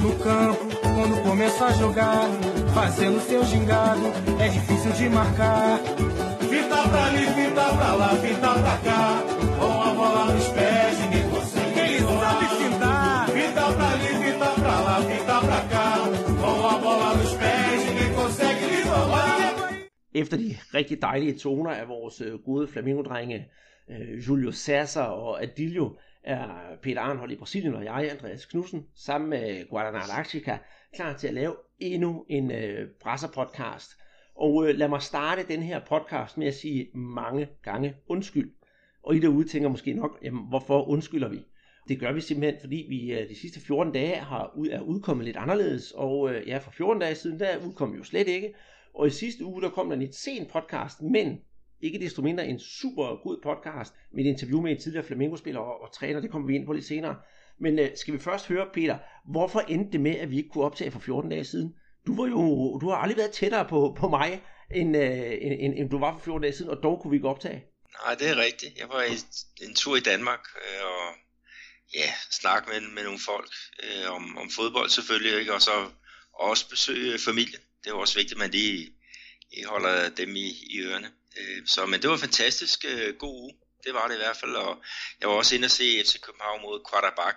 No campo, quando começa a jogar, fazendo seu gingado, é difícil de marcar. Fita pra ali, fita pra lá, fita pra cá, com a bola nos pés, ninguém consegue. Ele sabe fintar. Fita pra ali, fita pra lá, fita pra cá, com a bola nos pés, ninguém consegue lhe roubar. Efter de rigtig dejlige toner af vores gode flamingodrenge, Julio César og Adilio, er Peter Arnhold i Brasilien og jeg, Andreas Knudsen, sammen med Guadalajara, klar til at lave endnu en Brasser-podcast. Og lad mig starte den her podcast med at sige mange gange undskyld. Og I derude tænker måske nok, jamen, hvorfor undskylder vi? Det gør vi simpelthen, fordi vi de sidste 14 dage er udkommet lidt anderledes. Og for 14 dage siden, der udkom vi jo slet ikke. Og i sidste uge, der kom der en lidt sen podcast, men ikke desto mindre en super god podcast med et interview med en tidligere Flamengo-spiller og træner. Det kommer vi ind på lidt senere. Men skal vi først høre, Peter, hvorfor endte det med, at vi ikke kunne optage for 14 dage siden? Du har aldrig været tættere på mig, end du var for 14 dage siden, og dog kunne vi ikke optage. Nej, det er rigtigt. Jeg var en tur i Danmark og snakke med nogle folk om fodbold selvfølgelig, ikke? Og så også besøge familien. Det er også vigtigt, at man lige holder dem i ørerne. Men det var fantastisk god uge. Det var det i hvert fald. Og jeg var også inde og se FC København mod Qarabağ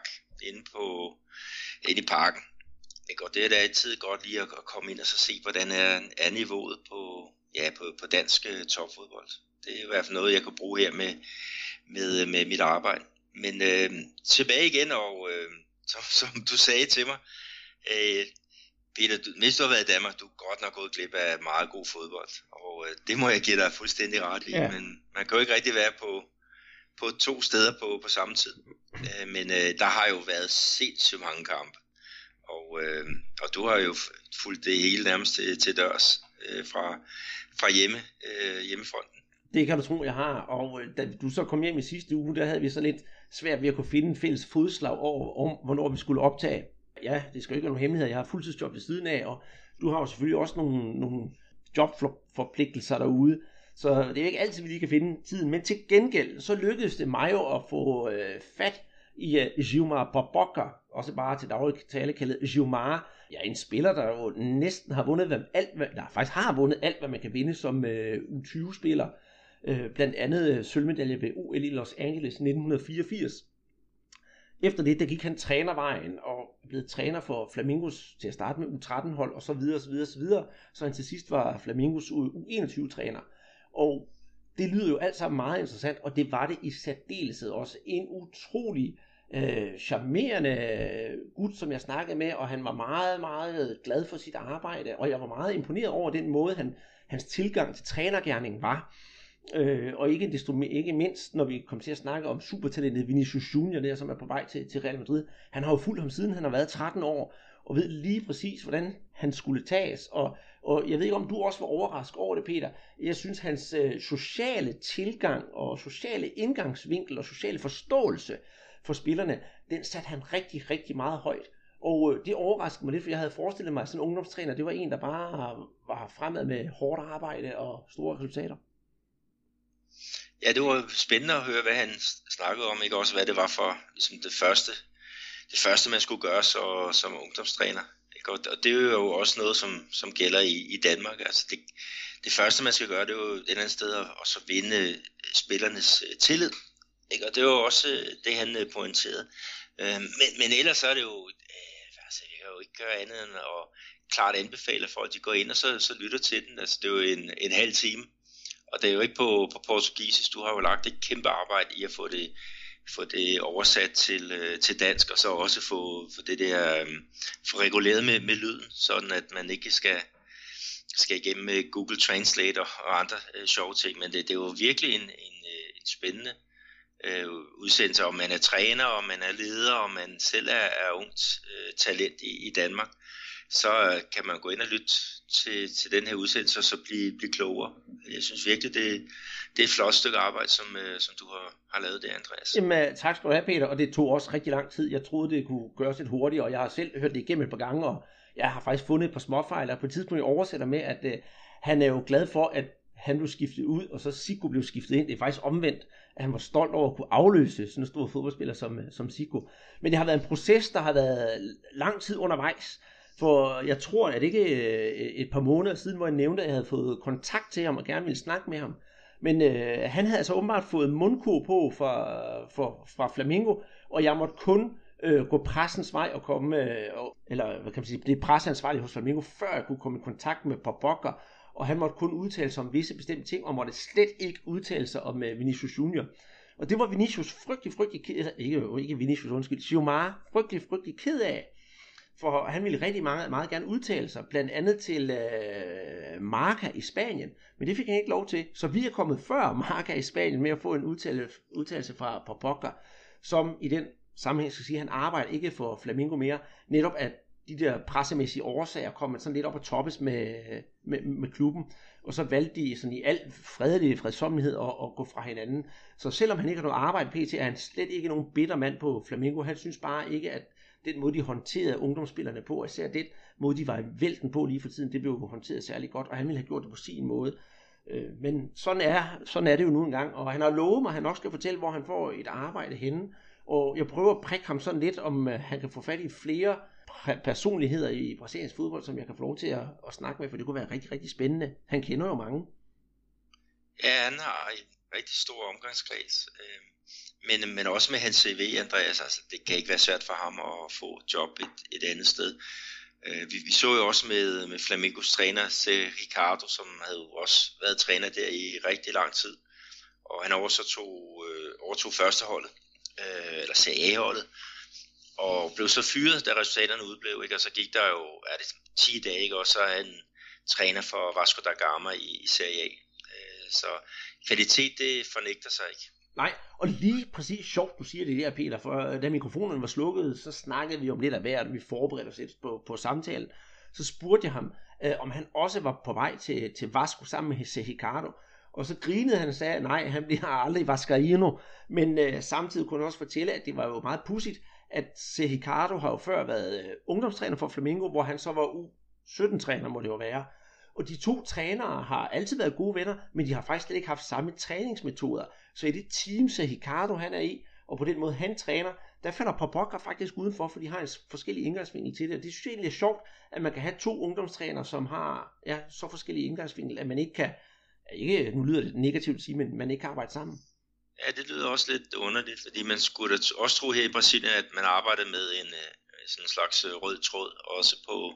inde i parken. Og det er da altid godt lige at komme ind og så se, hvordan er niveauet på dansk topfodbold. Det er i hvert fald noget, jeg kan bruge her med mit arbejde. Men tilbage igen, og som du sagde til mig, Peter, hvis du har været i Danmark, du er godt nok gået glip af meget god fodbold, og det må jeg give dig fuldstændig ret i, men man kan jo ikke rigtig være på to steder på samme tid. Men der har jo været sindssygt mange kampe, og du har jo fulgt det hele nærmest til dørs fra hjemmefronten. Det kan du tro, jeg har, og da du så kom hjem i sidste uge, der havde vi så lidt svært ved at kunne finde en fælles fodslag om, hvornår vi skulle optage. Ja, det skal jo ikke være nogen hemmelighed. Jeg har fuldtidsjob ved siden af, og du har jo selvfølgelig også nogle jobforpligtelser derude. Så det er ikke altid, vi lige kan finde tiden. Men til gengæld, så lykkedes det mig jo at få fat i Gilmar Barboca, også bare til daglig tale kaldet Gilmar. Ja, en spiller, der jo næsten har vundet alt, hvad man kan vinde som U20-spiller. Blandt andet sølvmedalje ved OL i Los Angeles 1984. Efter det, der gik han trænervejen og blev træner for Flamingos til at starte med U13-hold og så videre, så han til sidst var Flamingos U21-træner. Og det lyder jo alt sammen meget interessant, og det var det i særdeleshed også. En utrolig charmerende gut, som jeg snakkede med, og han var meget, meget glad for sit arbejde, og jeg var meget imponeret over den måde, hans tilgang til trænergerningen var. Og ikke mindst, når vi kom til at snakke om supertalentet Vinicius Junior, der som er på vej til Real Madrid. Han har jo fulgt ham siden han har været 13 år, og ved lige præcis, hvordan han skulle tages. Og jeg ved ikke, om du også var overrasket over det, Peter. Jeg synes, hans sociale tilgang og sociale indgangsvinkel og sociale forståelse for spillerne, den satte han rigtig, rigtig meget højt. Og det overraskede mig lidt, for jeg havde forestillet mig, at sådan en ungdomstræner, det var en, der bare var fremad med hårdt arbejde og store resultater. Ja, det var spændende at høre, hvad han snakkede om, ikke også hvad det var for ligesom det første man skulle gøre som ungdomstræner. Ikke? Og det er jo også noget, som gælder i Danmark. Altså det første man skal gøre, det er jo et eller andet sted at så vinde spillernes tillid. Ikke? Og det var også det, han pointerede. Men ellers så er det jo, jeg kan jo ikke gøre andet end at klart anbefale folk, at de går ind og så lytter til den. Altså det er jo en halv time. Og det er jo ikke på portugisisk. Du har jo lagt et kæmpe arbejde i at få det oversat til dansk, og så også få det der få reguleret med lyden, sådan at man ikke skal igennem med Google Translate og andre sjove ting. Men det er jo virkelig en spændende udsendelse, om man er træner, om man er leder, om man selv er ungt talent i Danmark. Så kan man gå ind og lytte til den her udsendelse og så blive klogere. Jeg synes virkelig, det er et flot stykke arbejde, som du har lavet der, Andreas. Jamen, tak skal du have, Peter, og det tog også rigtig lang tid. Jeg troede, det kunne gøres lidt hurtigere, og jeg har selv hørt det igennem et par gange, og jeg har faktisk fundet et par småfejl, og på et tidspunkt jeg oversætter med, at han er jo glad for, at han blev skiftet ud, og så Zico blev skiftet ind. Det er faktisk omvendt, at han var stolt over at kunne afløse sådan en stor fodboldspiller som Zico. Men det har været en proces, der har været lang tid undervejs. For jeg tror, at det ikke et par måneder siden, hvor jeg nævnte, at jeg havde fået kontakt til ham og gerne ville snakke med ham. Men han havde altså åbenbart fået mundkur på fra Flamengo, og jeg måtte kun gå pressens vej og komme, eller hvad kan man sige, blive presseansvarlig hos Flamengo, før jeg kunne komme i kontakt med Pop Boca, og han måtte kun udtale sig om visse bestemte ting, og måtte slet ikke udtale sig om Vinicius Junior. Og det var Vinicius frygtelig ked af, ikke Vinicius, undskyld, Xiomara frygtelig ked af, for han ville rigtig meget gerne udtale sig, blandt andet til Marca i Spanien, men det fik han ikke lov til, så vi er kommet før Marca i Spanien med at få en udtalelse fra Pop Boca, som i den sammenhæng skal sige, at han arbejder ikke for Flamengo mere, netop at de der pressemæssige årsager kom man sådan lidt op at toppes med klubben, og så valgte de sådan i al fredsommelighed at gå fra hinanden. Så selvom han ikke har noget arbejde pt, er han slet ikke nogen bitter mand på Flamengo. Han synes bare ikke, at den måde, de håndterede ungdomsspillerne på, og især den måde, de var i vælten på lige for tiden, det blev håndteret særlig godt, og han ville have gjort det på sin måde. Men sådan er det jo nu engang, og han har lovet mig, at han nok skal fortælle, hvor han får et arbejde henne, og jeg prøver at prikke ham sådan lidt, om han kan få fat i flere personligheder i brasiliansk fodbold, som jeg kan få lov til at snakke med, for det kunne være rigtig, rigtig spændende. Han kender jo mange. Ja, han har en rigtig stor omgangskreds, men også med hans CV, Andreas, altså, det kan ikke være svært for ham at få job et andet sted. Vi så jo også med Flamengos træner, Zé Ricardo, som havde jo også været træner der i rigtig lang tid, og han overtog førsteholdet, eller CA-holdet, og blev så fyret, da resultaterne udblev, ikke? Og så gik der jo 10 dage, ikke? Og så er han træner for Vasco da Gama i Serie A. Så kvalitet, det fornægter sig ikke. Nej, og lige præcis sjovt, du siger det der, Peter, for da mikrofonen var slukket, så snakkede vi om lidt af hvert, vi forberedte os lidt på samtalen. Så spurgte jeg ham, om han også var på vej til Vasco sammen med José Ricardo. Og så grinede han og sagde, nej, han bliver aldrig Vascaíno. Men samtidig kunne han også fortælle, at det var jo meget pudsigt, at José Ricardo har jo før været ungdomstræner for Flamengo, hvor han så var U17-træner, må det jo være. Og de to trænere har altid været gode venner, men de har faktisk slet ikke haft samme træningsmetoder. Så i det team, José Ricardo han er i, og på den måde han træner, der falder Pop Boca faktisk udenfor, for de har en forskellig indgangsvinkel til det. Og det synes jeg egentlig er sjovt, at man kan have to ungdomstrænere, som har så forskellige indgangsvinkel, at man ikke kan, nu lyder det negativt at sige, men man ikke kan arbejde sammen. Ja, det lyder også lidt underligt, fordi man skulle også tro her i Brasilien, at man arbejder med sådan en slags rød tråd, også på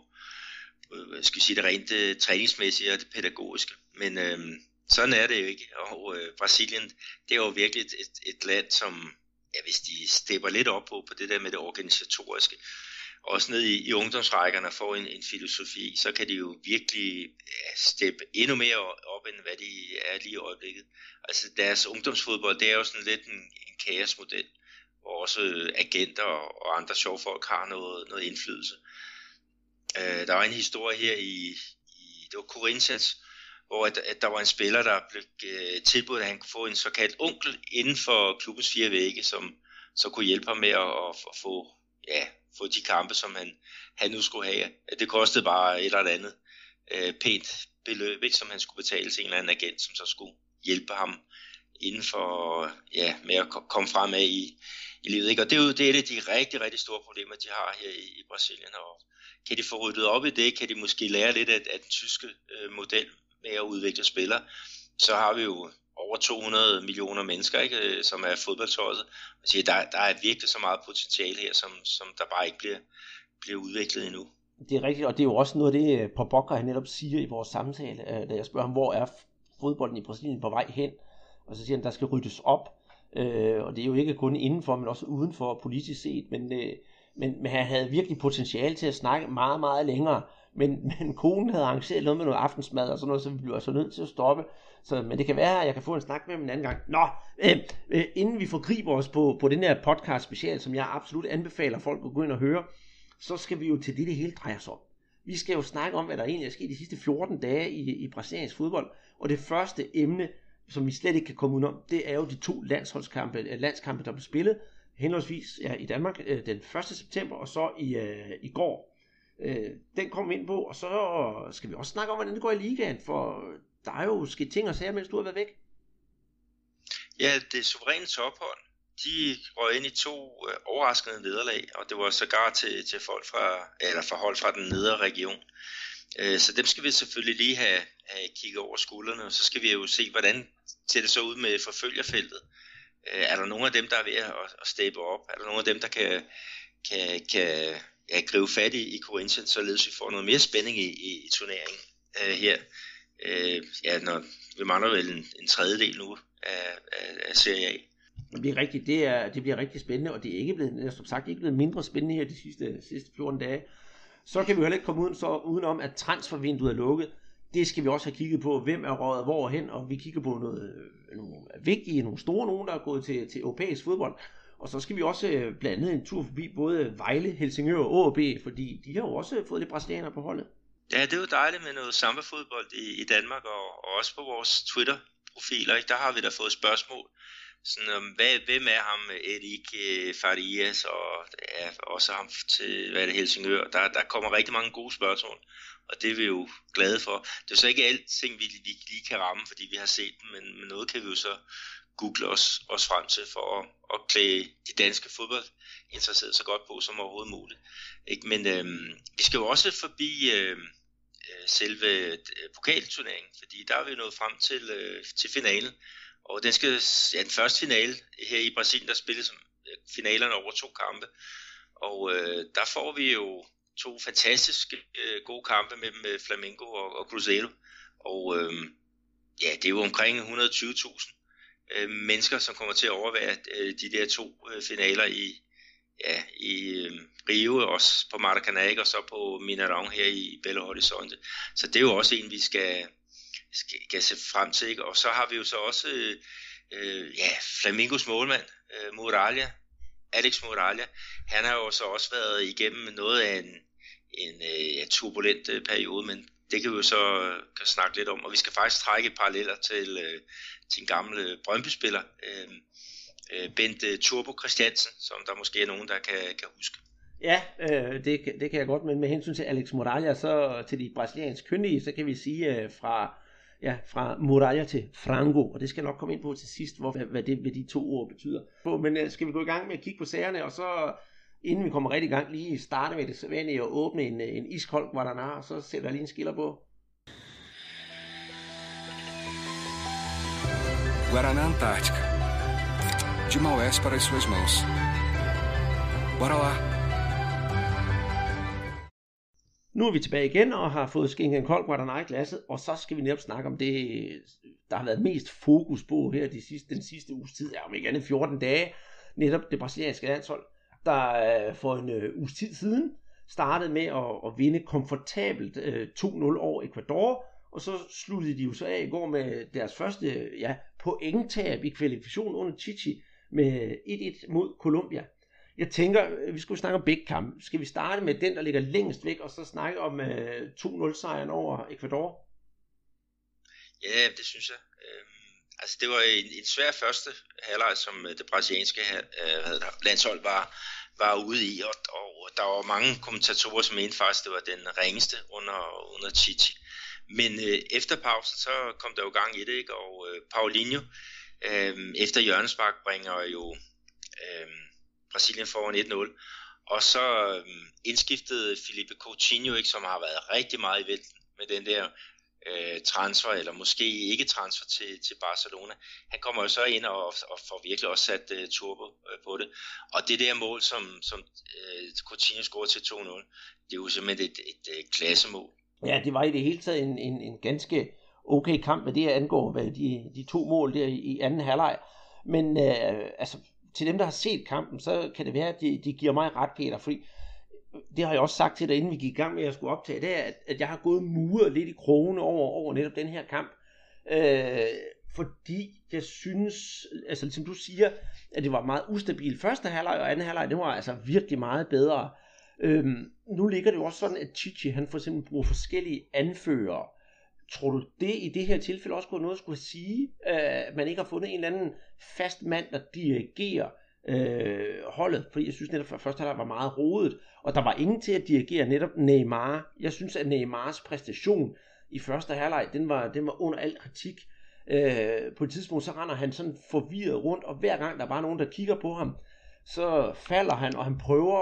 skal jeg sige, det rent træningsmæssige og det pædagogiske. Men sådan er det jo ikke. Og Brasilien, det er jo virkelig et land, som, hvis de stepper lidt op på det der med det organisatoriske, også ned i ungdomsrækkerne og får en filosofi, så kan de jo virkelig steppe endnu mere op, end hvad de er lige i øjeblikket. Altså deres ungdomsfodbold, det er jo sådan lidt en kaosmodel, hvor også agenter og andre sjove folk har noget indflydelse. Der var en historie her det var Corinthians, hvor at der var en spiller, der blev tilbudt, at han kunne få en såkaldt onkel inden for klubbens 4 vægge, som så kunne hjælpe ham med at få de kampe, som han nu skulle have. Det kostede bare et eller andet pænt beløb, ikke, som han skulle betale til en eller anden agent, som så skulle hjælpe ham inden for, med at komme fremad i livet. Ikke? Og det er jo et af de rigtig, rigtig store problemer, de har her i Brasilien. Og kan de få ryddet op i det, kan de måske lære lidt af den tyske model med at udvikle spillere, så har vi jo over 200 millioner mennesker, ikke, som er fodboldtosset. Der er virkelig så meget potentiale her, som der bare ikke bliver udviklet endnu. Det er rigtigt, og det er jo også noget af det, Pop Boca han netop siger i vores samtale, da jeg spørger ham, hvor er fodbolden i Brasilien på vej hen? Og så siger han, der skal ryddes op, og det er jo ikke kun indenfor, men også udenfor politisk set, men han havde virkelig potentiale til at snakke meget, meget længere, men konen havde arrangeret noget med noget aftensmad og sådan noget, så vi blev altså nødt til at stoppe. Men det kan være, at jeg kan få en snak med ham en anden gang. Inden vi forgriber os på den her podcast special, som jeg absolut anbefaler folk at gå ind og høre, så skal vi jo til det hele drejer sig om. Vi skal jo snakke om, hvad der egentlig er sket de sidste 14 dage i brasiliansk fodbold, og det første emne, som vi slet ikke kan komme udenom, det er jo de 2 landskampe, der blev spillet, henholdsvis i Danmark den 1. september, og så i går. Den kom vi ind på, og så skal vi også snakke om, hvordan det går i ligaen, for der er jo sket ting og sager, mens du har været væk. Ja, det suveræne tophold, de røg ind i 2 overraskende nederlag, og det var sågar til folk fra hold fra den nedre region. Så dem skal vi selvfølgelig lige have kigget over skuldrene, og så skal vi jo se, hvordan ser det så ud med forfølgerfeltet. Er der nogle af dem, der er ved at steppe op? Er der nogle af dem, der kan gribe fat i Corinthians, således vi får noget mere spænding i turneringen her? Vi mangler vel en tredjedel nu af Serie A. Det er rigtigt, det bliver rigtig spændende, og det er ikke blevet, som sagt, ikke blevet mindre spændende her de sidste 14 dage. Så kan vi heller ikke komme udenom, at transfervinduet er lukket. Det skal vi også have kigget på, hvem er røget hvorhen, og vi kigger på nogle vigtige, nogle store nogen, der er gået til europæisk fodbold. Og så skal vi også blandt andet en tur forbi både Vejle, Helsingør og AaB, fordi de har jo også fået lidt brasilianere på holdet. Ja, det er jo dejligt med noget samba-fodbold i Danmark, og også på vores Twitter-profiler, ikke? Der har vi da fået spørgsmål. Sådan om, hvem er ham, Erik Farias, og også ham til Helsingør. Der kommer rigtig mange gode spørgsmål, og det er vi jo glade for. Det er så ikke alting, vi lige kan ramme, fordi vi har set dem, men noget kan vi jo så google os frem til for at klæde de danske fodboldinteresserede så godt på som overhovedet muligt. Ikke? Men vi skal jo også forbi selve pokalturneringen, fordi der er vi nået frem til finalen. Og den første finale her i Brasilien, der spilles finalerne over 2 kampe. Og der får vi jo 2 fantastiske gode kampe mellem Flamengo og Cruzeiro. Og det er jo omkring 120.000 mennesker, som kommer til at overvære de der 2 finaler i Rio, også på Maracanã, og så på Mineirão her i Belo Horizonte. Så det er jo også en, vi skal se frem til, ikke? Og så har vi jo så også Flamingos målmand, Alex Muralha. Han har jo så også været igennem noget af en turbulent periode, men det kan vi jo så snakke lidt om, og vi skal faktisk trække paralleller til en gammel Brøndby-spiller, Bent Turbo Christiansen, som der måske er nogen, der kan huske. Ja, det kan jeg godt, men med hensyn til Alex Muralha, så til de brasilianske kyndige, så kan vi sige fra Muralha til Frango, og det skal jeg nok komme ind på til sidst, hvad de 2 ord betyder. Men skal vi gå i gang med at kigge på sagerne, og så inden vi kommer rigtig i gang, lige starte med det sædvanlige og åbne en iskold Guaraná, og så sætter jeg lige en skiller på. Guaraná Antártica. De Maués para as suas mãos. Bora lá. Nu er vi tilbage igen og har fået skænket en kold Guaraná i glasset, og så skal vi netop snakke om det, der har været mest fokus på her den sidste uges tid, om ikke andet 14 dage, netop det brasilianske landshold, der for en uges tid siden startede med at vinde komfortabelt 2-0 over Ecuador, og så sluttede de jo så af i går med deres første pointtab i kvalifikationen under Chichi med 1-1 mod Colombia. Jeg tænker, vi skulle snakke om begge kampe. Skal vi starte med den, der ligger længst væk, og så snakke om 2-0-sejren over Ecuador? Ja, det synes jeg. Det var en svær første halvleg, som det brasilianske landshold var ude i, og der var mange kommentatorer, som mente faktisk, det var den ringeste under Chichi. Men efter pausen, så kom der jo gang i det, ikke? Og Paulinho, efter hjørnespark, bringer jo Brasilien foran 1-0. Og så indskiftede Felipe Coutinho, ikke, som har været rigtig meget i vælten med den der transfer, eller måske ikke transfer til Barcelona. Han kommer jo så ind og får virkelig også sat turbo på det. Og det der mål, som Coutinho scorede til 2-0, det er jo simpelthen et klassemål. Ja, det var i det hele taget en ganske okay kamp, hvad det angår, de 2 mål der i anden halvleg. Men til dem, der har set kampen, så kan det være, at de giver mig ret, Peter, fordi det har jeg også sagt til dig, inden vi gik i gang med at skulle optage, det er, at jeg har gået muret lidt i krogene over netop den her kamp, fordi jeg synes, altså som du siger, at det var meget ustabilt første halvleg, og anden halvleg, det var altså virkelig meget bedre. Nu ligger det jo også sådan, at Chichi, han for eksempel bruger forskellige anførere. Tror du det i det her tilfælde også kunne noget at skulle sige, at man ikke har fundet en eller anden fast mand, der dirigerer holdet? Fordi jeg synes netop, at første halvleg var meget rodet, og der var ingen til at dirigere netop Neymar. Jeg synes, at Neymars præstation i første halvleg, den var under al kritik. På et tidspunkt, så render han sådan forvirret rundt, og hver gang der er bare nogen, der kigger på ham, så falder han, og han prøver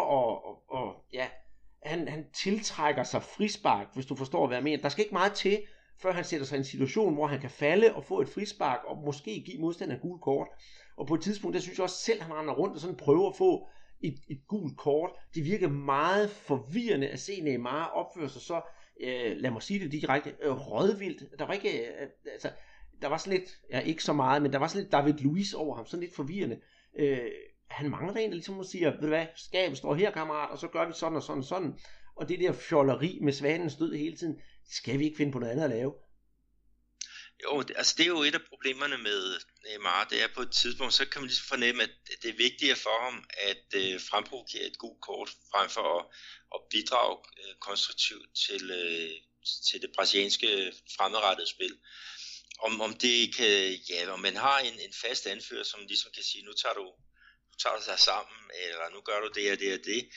han tiltrækker sig frispark, hvis du forstår, hvad jeg mener. Der skal ikke meget til, før han sætter sig i en situation, hvor han kan falde og få et frispark, og måske give modstanderen gult kort. Og på et tidspunkt, der synes jeg også selv, han render rundt og sådan prøver at få et gult kort. Det virker meget forvirrende at se Neymar opføre sig så, lad mig sige det direkte, rådvildt. Der var ikke, der var sådan lidt, ikke så meget, men der var sådan lidt David Luiz over ham, sådan lidt forvirrende. Han mangler en, der ligesom siger, ved du hvad, skabet står her, kammerat, og så gør vi sådan og sådan og sådan. Og det der fjolleri med svanens død hele tiden, skal vi ikke finde på noget andet at lave? Jo, altså det er jo et af problemerne med Neymar. Det er på et tidspunkt, så kan man ligesom fornemme, at det er vigtigere for ham at fremprovokere et gult kort, frem for at bidrage konstruktivt til det brasilianske fremadrettede spil. Om det kan, om man har en fast anfører, som ligesom kan sige, nu tager du dig sammen, eller nu gør du det og det og det,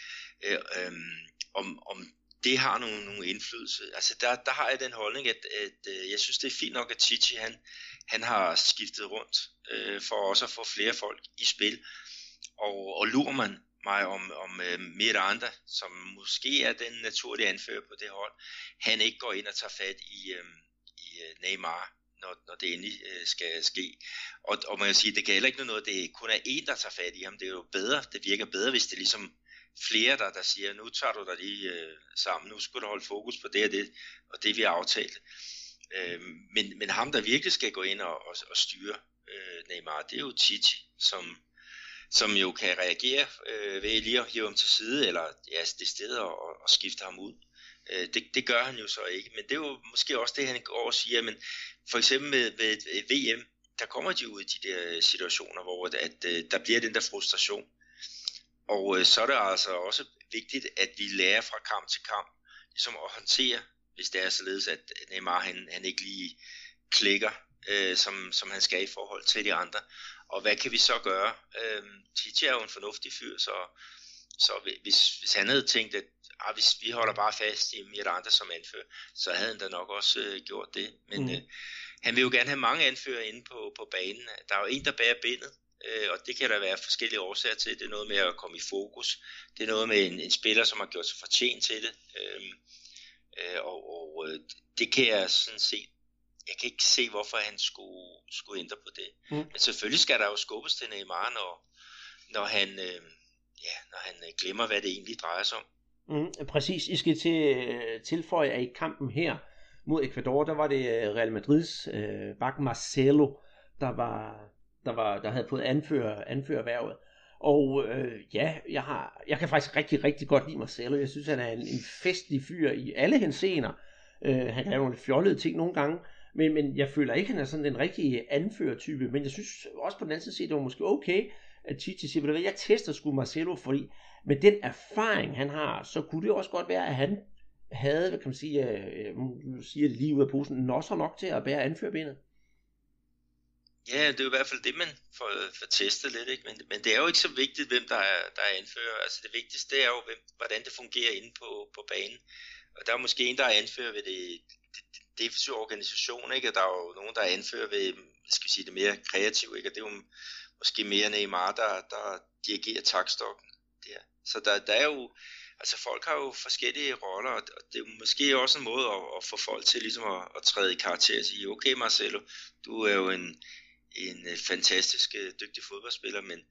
om det har nogle indflydelse. Altså der har jeg den holdning, at jeg synes, det er fint nok, at Tite, han har skiftet rundt, for også at få flere folk i spil. Og lurer man mig om Miranda, som måske er den naturlige anfører på det hold, han ikke går ind og tager fat i Neymar, når det endelig skal ske. Og man kan sige, det kan heller ikke noget, det kun er en, der tager fat i ham. Det er jo bedre, det virker bedre, hvis det er ligesom flere, der siger, nu tager du dig lige sammen, nu skal du holde fokus på det og det vi har aftalt. Men ham, der virkelig skal gå ind og styre Neymar, det er jo Tite, som jo kan reagere ved lige at hive ham til side, eller det sted og skifte ham ud. Det gør han jo så ikke, men det er jo måske også det, han går og siger, men for eksempel med VM, der kommer de ud i de der situationer, hvor der bliver den der frustration. Og så er det altså også vigtigt, at vi lærer fra kamp til kamp, ligesom at håndtere, hvis det er således, at Neymar han ikke lige klikker, som han skal i forhold til de andre. Og hvad kan vi så gøre? Tite er jo en fornuftig fyr, så hvis han havde tænkt, at hvis vi holder bare fast i Miranda som anfører, så havde han da nok også gjort det. Men han vil jo gerne have mange anfører inde på banen. Der er jo en, der bærer bindet, og det kan der være forskellige årsager til. Det er noget med at komme i fokus. Det er noget med en spiller, som har gjort sig fortjent til det. Og det kan jeg sådan set. Jeg kan ikke se, hvorfor han skulle ændre på det. Men selvfølgelig skal der jo skubbes til Neymar, når han glemmer, hvad det egentlig drejer sig om. Præcis. I skal tilføje, at i kampen her mod Ecuador, der var det Real Madrids bak Marcelo, der havde fået anførerværvet. Og jeg kan faktisk rigtig, rigtig godt lide Marcelo. Jeg synes, han er en festlig fyr i alle henseender. Han kan lave nogle fjollede ting nogle gange, men jeg føler ikke, han er sådan den rigtige anførertype. Men jeg synes også på den anden side, det var måske okay, at Tite siger, jeg tester sgu Marcelo, fordi med den erfaring, han har, så kunne det også godt være, at han havde, hvad kan man sige, nu siger det lige ud af posen, nosser nok til at bære anførerbenet. Ja, det er jo i hvert fald det, man får testet lidt, ikke? Men det er jo ikke så vigtigt, hvem der er anfører. Altså det vigtigste, det er jo, hvordan det fungerer inde på banen. Og der er måske en, der er anfører ved det defensive organisation, ikke? Og der er jo nogen, der er anfører ved, skal vi sige, det mere kreative, ikke? Og det er jo måske mere Neymar, der dirigerer taktstokken der. Så der er jo, altså folk har jo forskellige roller, og det er måske også en måde at få folk til ligesom at træde i karakter og sige, okay Marcelo, du er jo en fantastisk dygtig fodboldspiller, men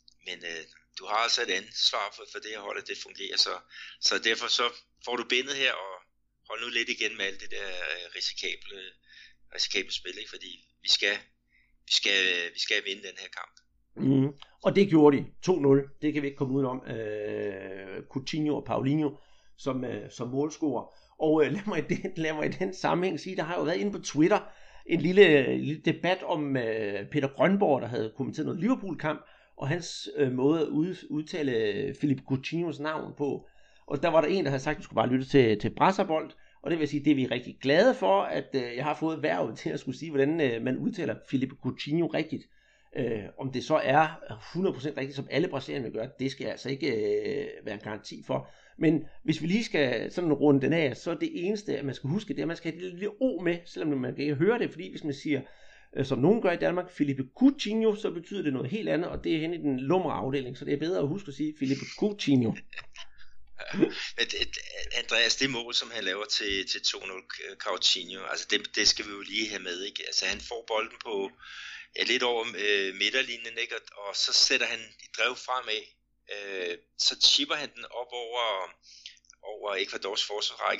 du har altså et ansvar for det her hold, at det fungerer, så derfor så får du bindet her, og hold nu lidt igen med alt det der risikable spil, ikke? Fordi vi skal vinde den her kamp. Og det gjorde de 2-0, det kan vi ikke komme udenom. Coutinho og Paulinho som målscorer. Og lad mig i den sammenhæng sige, der har jo været inde på Twitter en lille debat om Peter Grønborg, der havde kommenteret noget Liverpool-kamp, og hans måde at udtale Philippe Coutinhos navn på. Og der var der en, der havde sagt, at du skulle bare lytte til Brasserbold, og det vil sige, det er vi rigtig glade for, at jeg har fået værvet til at skulle sige, hvordan man udtaler Philippe Coutinho rigtigt. Om det så er 100% rigtigt, som alle brasilianere vil gøre, det skal jeg altså ikke være en garanti for. Men hvis vi lige skal sådan runde den af, så er det eneste, at man skal huske, det er, at man skal have et lille O med, selvom man kan ikke høre det, fordi hvis man siger, som nogen gør i Danmark, Felipe Coutinho, så betyder det noget helt andet, og det er hen i den lumre afdeling, så det er bedre at huske at sige Felipe Coutinho. Andreas, det mål, som han laver til 2-0 Coutinho, altså det skal vi jo lige have med, ikke? Altså han får bolden på lidt over midterlinjen, ikke? Og så sætter han i drev fremad, så chipper han den op over Ecuadors forsvarsrække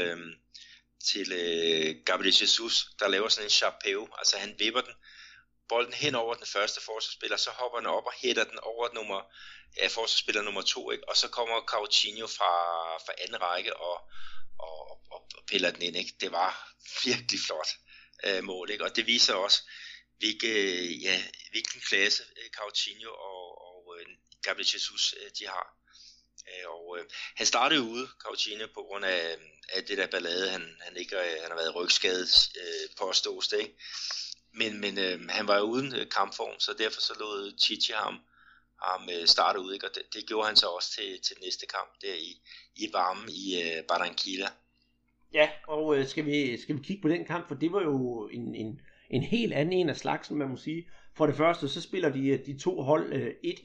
til Gabriel Jesus, der laver sådan en chapeo, altså han vipper bolden hen over den første forsvarsspiller, så hopper han op og hætter den over forsvarsspiller nummer 2, ikke? Og så kommer Coutinho fra anden række og piller den ind, ikke? Det var virkelig flot mål, ikke? Og det viser også, hvilken klasse Coutinho og Gabriel Jesus de har. Og han startede ude, Coutinho, på grund af det der ballade, han har været rygskadet påstås det, ikke? Men han var jo uden kampform, så derfor så lod Tite ham starte ud, ikke? Og det gjorde han så også til næste kamp der i varmen i Barranquilla. Ja, og skal vi kigge på den kamp, for det var jo en helt anden en af slagsen, man må sige. For det første, så spiller de to hold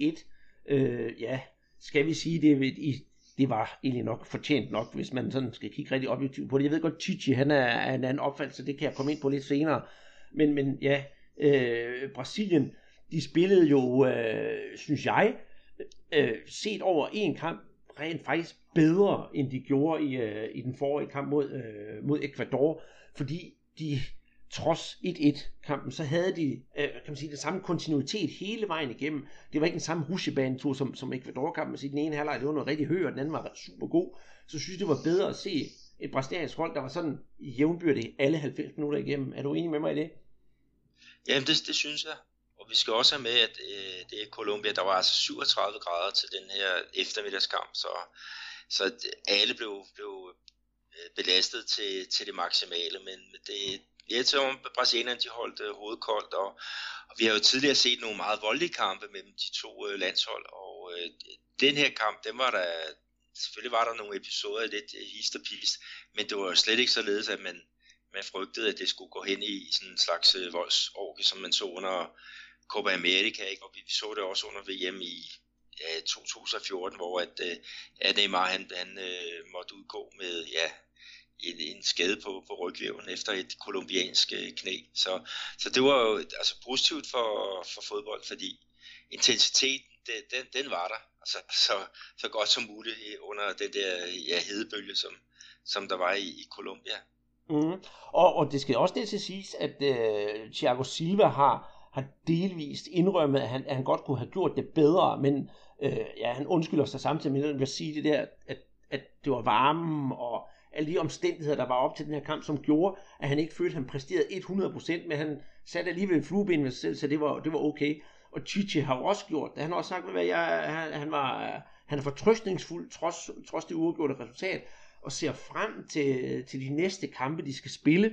1-1. Ja, skal vi sige, det var egentlig nok fortjent nok, hvis man sådan skal kigge rigtig objektivt på det. Jeg ved godt, Tite, han er en anden opfattelse, det kan jeg komme ind på lidt senere. Men ja, Brasilien, de spillede jo, synes jeg, set over en kamp, rent faktisk bedre, end de gjorde i den forrige kamp mod Ecuador, fordi de trods 1-1-kampen, så havde de, kan man sige, den samme kontinuitet hele vejen igennem. Det var ikke den samme rutsjebanetur som Ecuador-kampen, så den ene halvleg, det var noget rigtig højt, og den anden var super god. Så synes jeg, det var bedre at se et brasiliansk hold, der var sådan jævnbyrdigt alle 90 minutter igennem. Er du enig med mig i det? Jamen, det synes jeg. Og vi skal også have med, at det er Colombia, der var altså 37 grader til den her eftermiddagskamp, så alle blev belastet til det maksimale, men det er som brasilianerne, de holdt hovedet koldt, og vi har jo tidligere set nogle meget voldelige kampe mellem de to landshold, og den her kamp, selvfølgelig var der nogle episoder lidt hist og pist, men det var jo slet ikke således, at man frygtede, at det skulle gå hen i sådan en slags voldsorgie, som man så under Copa America, ikke? Og vi så det også under VM i 2014, hvor at Neymar han måtte udgå med en skade på rygvæven efter et kolumbiansk knæ. Så det var jo altså positivt for fodbold, fordi intensiteten, den var der, altså, så godt som muligt under den der hedebølge, som der var i Colombia. Mm. Og det skal også det til siges, at Thiago Silva har delvist indrømmet, at han godt kunne have gjort det bedre, men han undskylder sig samtidig med at sige det der, at det var varmen og alle de omstændigheder, der var op til den her kamp, som gjorde, at han ikke følte, at han præsterede 100%, men han satte alligevel flueben ved sig selv, så det var okay. Og Tite har jo også gjort det. Han har også sagt, han er fortrøstningsfuld, trods det uafgjorte resultat, og ser frem til de næste kampe, de skal spille.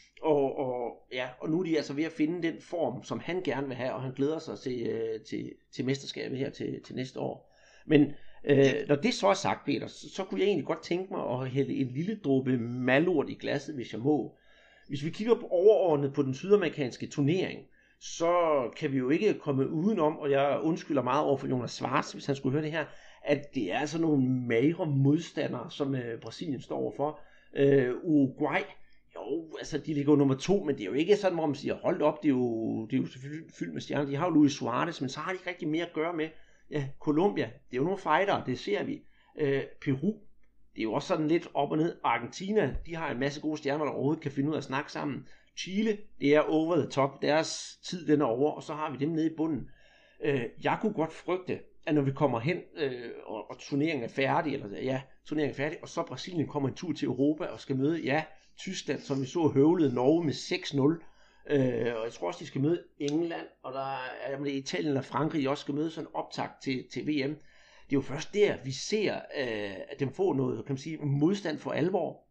Og nu er de altså ved at finde den form, som han gerne vil have, og han glæder sig til mesterskabet her til næste år. Men når det så er sagt, Peter, så kunne jeg egentlig godt tænke mig at hælde en lille dråbe malurt i glasset, hvis jeg må. Hvis vi kigger på overordnet på den sydamerikanske turnering, så kan vi jo ikke komme udenom, og jeg undskylder meget over for Jonas Schwartz, hvis han skulle høre det her, at det er altså nogle magre modstandere, som Brasilien står overfor. Uruguay, jo, altså de ligger jo nummer 2, men det er jo ikke sådan, hvor man siger, hold op, det er jo selvfølgelig fyldt med stjerner. De har jo Luis Suarez, men så har de ikke rigtig mere at gøre med. Ja, Colombia, det er jo nogle fightere, det ser vi. Peru, det er jo også sådan lidt op og ned. Argentina, de har en masse gode stjerner, der overhovedet kan finde ud af at snakke sammen. Chile, det er over the top, deres tid den er over, og så har vi dem nede i bunden. Jeg kunne godt frygte, at når vi kommer hen, og turneringen er færdig, og så Brasilien kommer en tur til Europa og skal møde, Tyskland, som vi så høvlede Norge med 6-0, og jeg tror også, de skal møde England, og der er det Italien og Frankrig, de også skal møde sådan en optakt til VM. Det er jo først der, vi ser, at dem får noget, kan man sige, modstand for alvor.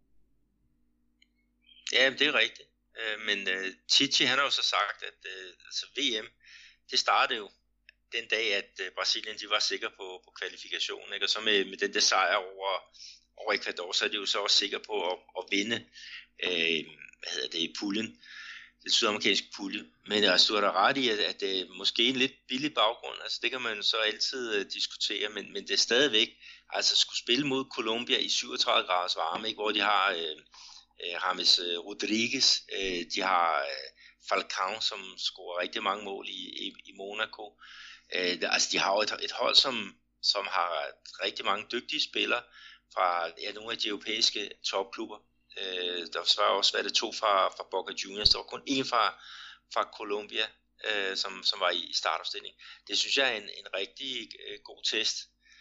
Ja, det er rigtigt. Men Tite, han har jo så sagt, at VM, det startede jo den dag, at Brasilien de var sikre på kvalifikationen, ikke? Og så med den der sejr over Ecuador, så er de jo så også sikre på at vinde puljen, den sydamerikanske pulje. Men altså, du har da ret i, at det er måske en lidt billig baggrund, altså det kan man så altid diskutere, men det er stadigvæk, altså skulle spille mod Colombia i 37 graders varme, ikke? Hvor de har James Rodriguez, de har Falcao, som scorer rigtig mange mål i Monaco. Altså de har jo et hold, som har rigtig mange dygtige spillere fra nogle af de europæiske topklubber. Der var også været 2 fra Boca Juniors, der var kun 1 fra Colombia, som var i startopstilling. Det synes jeg er en rigtig god test.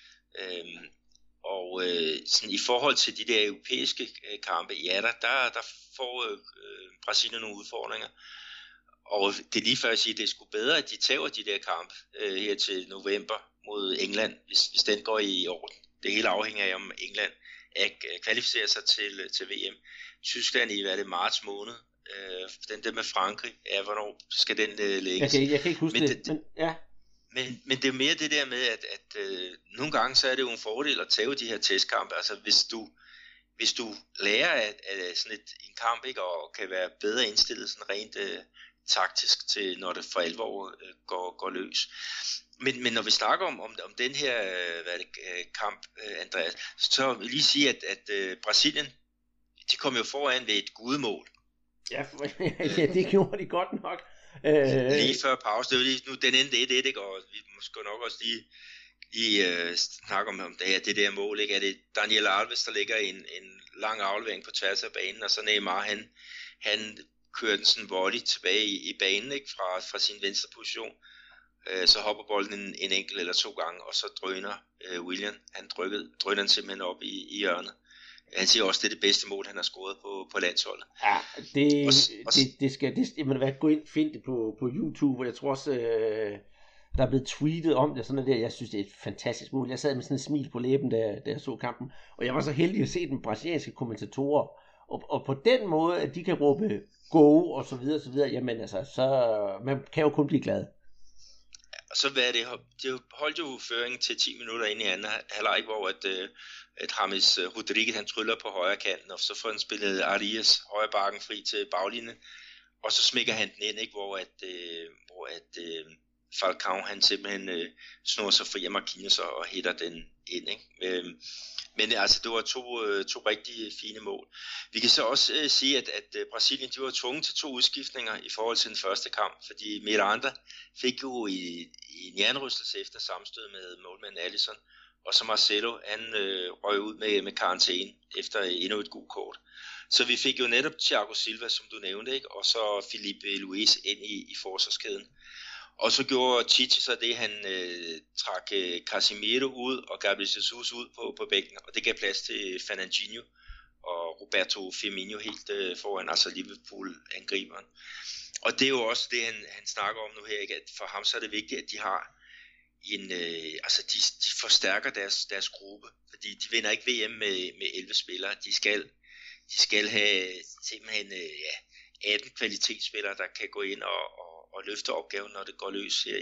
Og sådan i forhold til de der europæiske kampe, ja, der får Brasilien nogle udfordringer. Og det er lige før at sige, at det er sgu bedre, at de tager de der kampe her til november mod England, hvis den går i orden. Det hele afhænger af, om England kvalificerer sig til VM. Tyskland i, hvad er det, marts måned. Den der med Frankrig, hvornår skal den lægges? Jeg kan ikke huske det, men ja. Men det er mere det der med, at nogle gange så er det jo en fordel at tage de her testkampe. Altså hvis du lærer af sådan en kamp, ikke, og kan være bedre indstillet sådan rent taktisk til, når det for alvor går løs. Men når vi snakker om den her kamp, Andreas, så vil jeg lige sige, at Brasilien, de kom jo foran ved et gudemål. Ja, det gjorde de godt nok. Lige før pause, det var lige nu, den endte 1-1, ikke? Og vi måske nok også lige snakke om det der mål, ikke? Er det Daniel Alves, der ligger en lang aflevering på tværs af banen, og så Neymar, han kører den sådan volley tilbage i banen, ikke? Fra sin venstre position. Så hopper bolden en enkelt eller 2 gange, og så drøner William, drøner den simpelthen op i hjørnet. Han siger også, det er det bedste mål, han har scoret på landsholdet. Ja, det skal gå ind og finde det på YouTube, og jeg tror også, der er blevet tweetet om det, sådan der. Jeg synes, det er et fantastisk mål. Jeg sad med sådan et smil på læben, da jeg så kampen, og jeg var så heldig at se den brasilianske kommentatorer, og på den måde, at de kan råbe go, og så videre, jamen altså, så man kan jo kun blive glad. Og så hvad er det? Det holdt jo føringen til 10 minutter ind i anden halvleg, hvor at James Rodriguez, han tryller på højre kanten, og så får han spillet Arias højre bakken fri til baglinjen, og så smækker han den ind, ikke? Hvor Falcao, han simpelthen snor sig fri af Marquinhos og hitter den ind, ikke? Men altså, det var to rigtig fine mål. Vi kan så også sige, at Brasilien, de var tvunget til 2 udskiftninger i forhold til den første kamp, fordi Miranda fik jo i en jernrystelse efter sammenstød med målmanden Alisson, og så Marcelo, han røg ud med karantæne efter endnu et gult kort. Så vi fik jo netop Thiago Silva, som du nævnte, ikke? Og så Filipe Luis ind i forsvarskæden. Og så gjorde Tite så det, han trak Casemiro ud og Gabriel Jesus ud på bænken, og det gav plads til Fernandinho og Roberto Firmino helt foran, altså Liverpool-angriberen. Og det er jo også det, han snakker om nu her, ikke? At for ham så er det vigtigt, at de har altså de forstærker deres gruppe, fordi de vinder ikke VM med 11 spillere. De skal have simpelthen 18 kvalitetsspillere, der kan gå ind og løfte opgaven, når det går løs her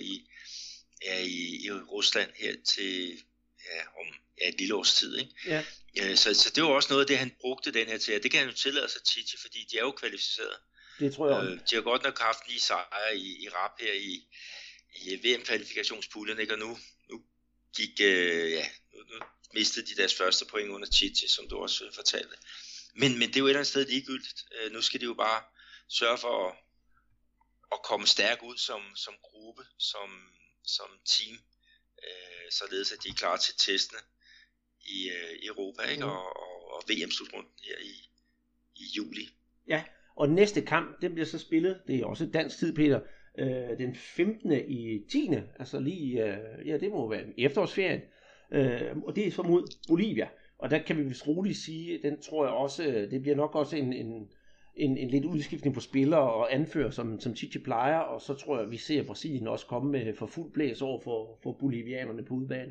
i Rusland her til om et lille års tid, ikke? Ja. Så det var også noget af det, han brugte den her til, og det kan han jo tillade sig Tite, fordi de er jo kvalificeret. Det tror jeg. De har godt nok haft lige sejre i rap her i VM-kvalifikationspuljen, ikke? Og nu gik nu mistede de deres første point under Tite, som du også fortalte. Men det er jo et eller andet sted ligegyldigt. Nu skal de jo bare sørge for at komme stærk ud som gruppe, som team, således at de er klar til testene i Europa, ikke? Og VM-slutrunden her i juli. Ja, og næste kamp, den bliver så spillet, det er også dansk tid, Peter, den 15. i 10. Altså lige, det må være efterårsferien, og det er så mod Bolivia. Og der kan vi vist roligt sige, den tror jeg også, det bliver nok også en lidt udskiftning på spillere og anfører, som Tite plejer, og så tror jeg, vi ser Brasilien også komme med for fuld blæs over for bolivianerne på udebane.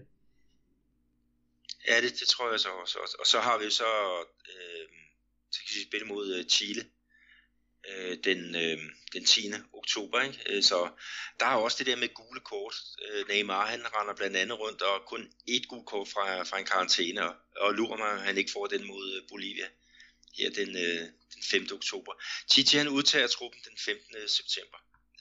Ja, det tror jeg så også. Og så har vi så skal vi spille mod Chile den 10. oktober. Ikke? Så der er også det der med gule kort. Neymar han render blandt andet rundt og kun et gult kort fra en karantæne, og lurer mig, han ikke får den mod Bolivia her den 5. oktober. Tite han udtager truppen den 15. september.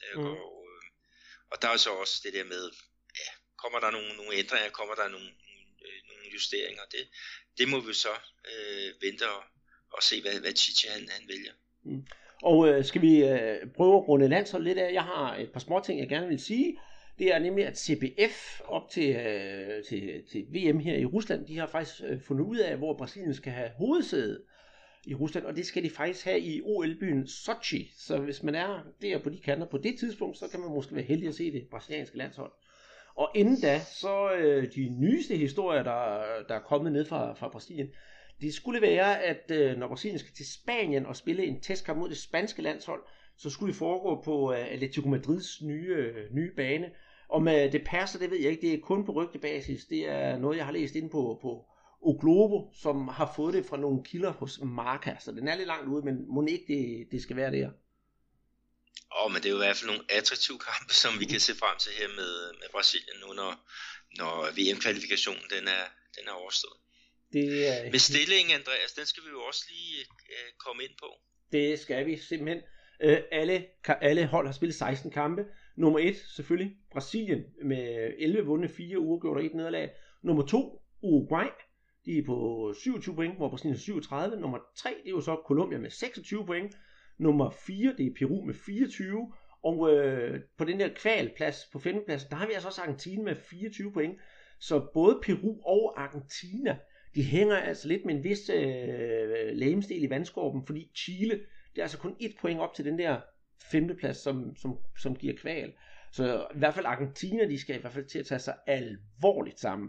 Og der er så også det der med, kommer der nogle ændringer, kommer der nogle justeringer. Det må vi så vente og se, hvad Tite han vælger. Og skal vi prøve at runde landshold lidt af? Jeg har et par små ting, jeg gerne vil sige. Det er nemlig, at CBF op til VM her i Rusland, de har faktisk fundet ud af, hvor Brasilien skal have hovedsæde i Rusland, og det skal de faktisk have i OL-byen Sochi. Så hvis man er der på de kanter på det tidspunkt, så kan man måske være heldig at se det brasilianske landshold. Og inden da, så de nyeste historier, der er kommet ned fra Brasilien, det skulle være, at når Brasilien skal til Spanien og spille en testkamp mod det spanske landshold, så skulle det foregå på Atletico Madrids nye bane. Og med det passer, det ved jeg ikke, det er kun på rygtebasis. Det er noget, jeg har læst inde på O Globo, som har fået det fra nogle kilder hos Marca. Så den er lidt langt ude, men må ikke det skal være der. Men det er jo i hvert fald nogle attraktive kampe, som vi kan se frem til her med Brasilien nu, når VM-kvalifikationen den er overstået. Med stillingen, Andreas, den skal vi jo også lige komme ind på. Det skal vi simpelthen. Alle hold har spillet 16 kampe. Nummer 1 selvfølgelig Brasilien med 11 vunde, 4 uafgjort og 1 nederlag. Nummer 2 Uruguay, de er på 27 point, hvor Brasilien er 37. Nummer 3 det er jo så Colombia med 26 point. Nummer 4 det er Peru med 24. Og på den der kvalplads på 5. plads, der har vi altså også Argentina med 24 point. Så både Peru og Argentina, de hænger altså lidt med en vis legemsdel i vandskorben, fordi Chile, det er altså kun 1 point op til den der 5. plads, som giver kval. Så i hvert fald Argentina, de skal i hvert fald til at tage sig alvorligt sammen.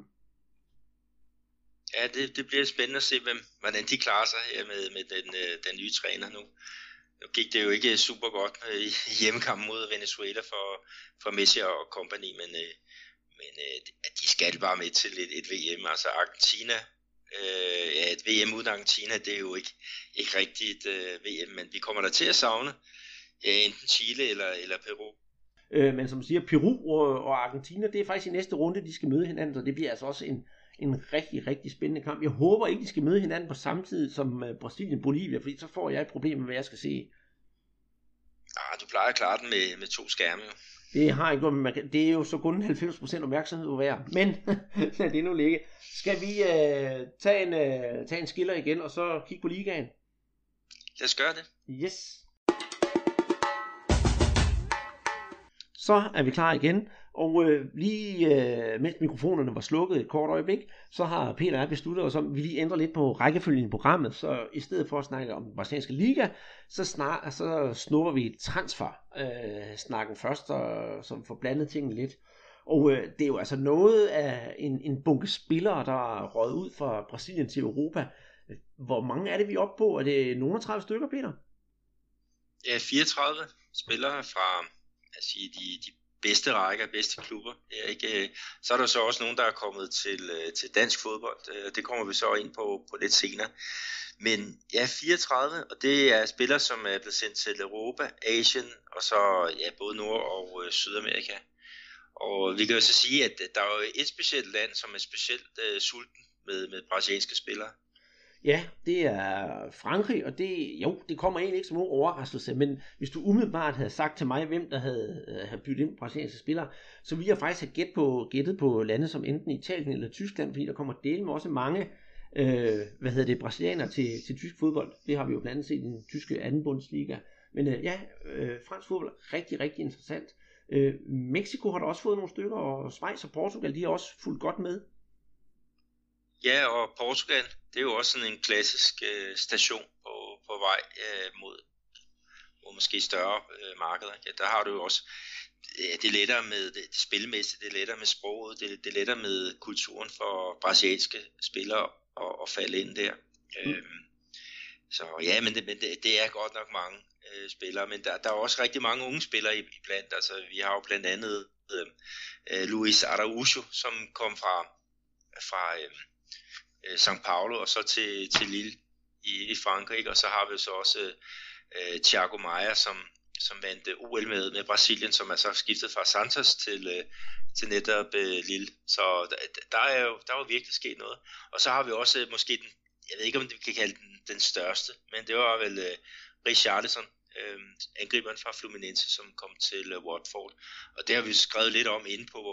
Ja, det bliver spændende at se, hvordan de klarer sig her med den nye træner nu. Nu gik det jo ikke super godt i hjemmekampen mod Venezuela for Messi og company, men de skal bare med til et VM. Altså Argentina, et VM uden Argentina, det er jo ikke rigtigt VM, men vi kommer der til at savne enten Chile eller Peru. Men som siger, Peru og Argentina, det er faktisk i næste runde, de skal møde hinanden, så det bliver altså også en rigtig, rigtig spændende kamp. Jeg håber ikke, de skal møde hinanden på samme tid som Brasilien-Bolivia, fordi så får jeg et problem med, hvad jeg skal se. Du plejer at klare den med 2 skærme jo. Det har ikke noget, det er jo så kun 90% opmærksomhed værd, men lad det nu ligge. Skal vi tage en skiller igen, og så kigge på ligaen? Lad os gøre det. Yes. Så er vi klar igen, og lige mens mikrofonerne var slukket et kort øjeblik, så har Peter og jeg besluttet os om, at vi lige ændrer lidt på rækkefølgen i programmet, så i stedet for at snakke om den brasilianske liga, så snupper vi transfer-snakken først, så får blandet tingene lidt. Og det er jo altså noget af en bunke spillere, der er røget ud fra Brasilien til Europa. Hvor mange er det, vi er oppe på? Er det nogle 30 stykker, Peter? Ja, 34 spillere fra de bedste rækker, bedste klubber. Så er der så også nogen, der er kommet til dansk fodbold. Det kommer vi så ind på lidt senere. Men ja, 34, og det er spillere, som er blevet sendt til Europa, Asien, og så både Nord- og Sydamerika. Og vi kan jo så sige, at der er jo et specielt land, som er specielt sulten med brasilianske spillere. Ja, det er Frankrig, og det kommer egentlig ikke som nogen overraskelse, men hvis du umiddelbart havde sagt til mig, hvem der havde byttet ind på brasilianske spillere, så ville jeg faktisk have gættet på lande som enten Italien eller Tyskland, fordi der kommer dele med også mange brasilianere til tysk fodbold. Det har vi jo blandt andet set i den tyske anden Bundesliga. Men fransk fodbold er rigtig, rigtig interessant. Mexico har der også fået nogle stykker, og Schweiz og Portugal, de har også fulgt godt med. Ja, og Portugal, det er jo også sådan en klassisk station på vej mod måske større markeder. Ja, der har du jo også, det er lettere med det spilmæssige, det er lettere med sproget, det er lettere med kulturen for brasilianske spillere at falde ind der. Så ja, men det er godt nok mange spillere, men der er også rigtig mange unge spillere iblandt. Altså, vi har jo blandt andet Luis Araújo, som kom fra São Paulo og så til Lille i Frankrig, og så har vi jo så også Thiago Maia, som vandt OL med Brasilien, som er så skiftet fra Santos til netop Lille. Så der er jo virkelig sket noget. Og så har vi også måske jeg ved ikke om vi kan kalde den største, men det var vel Richarlison, angriberen fra Fluminense, som kom til Watford. Og det har vi skrevet lidt om inde på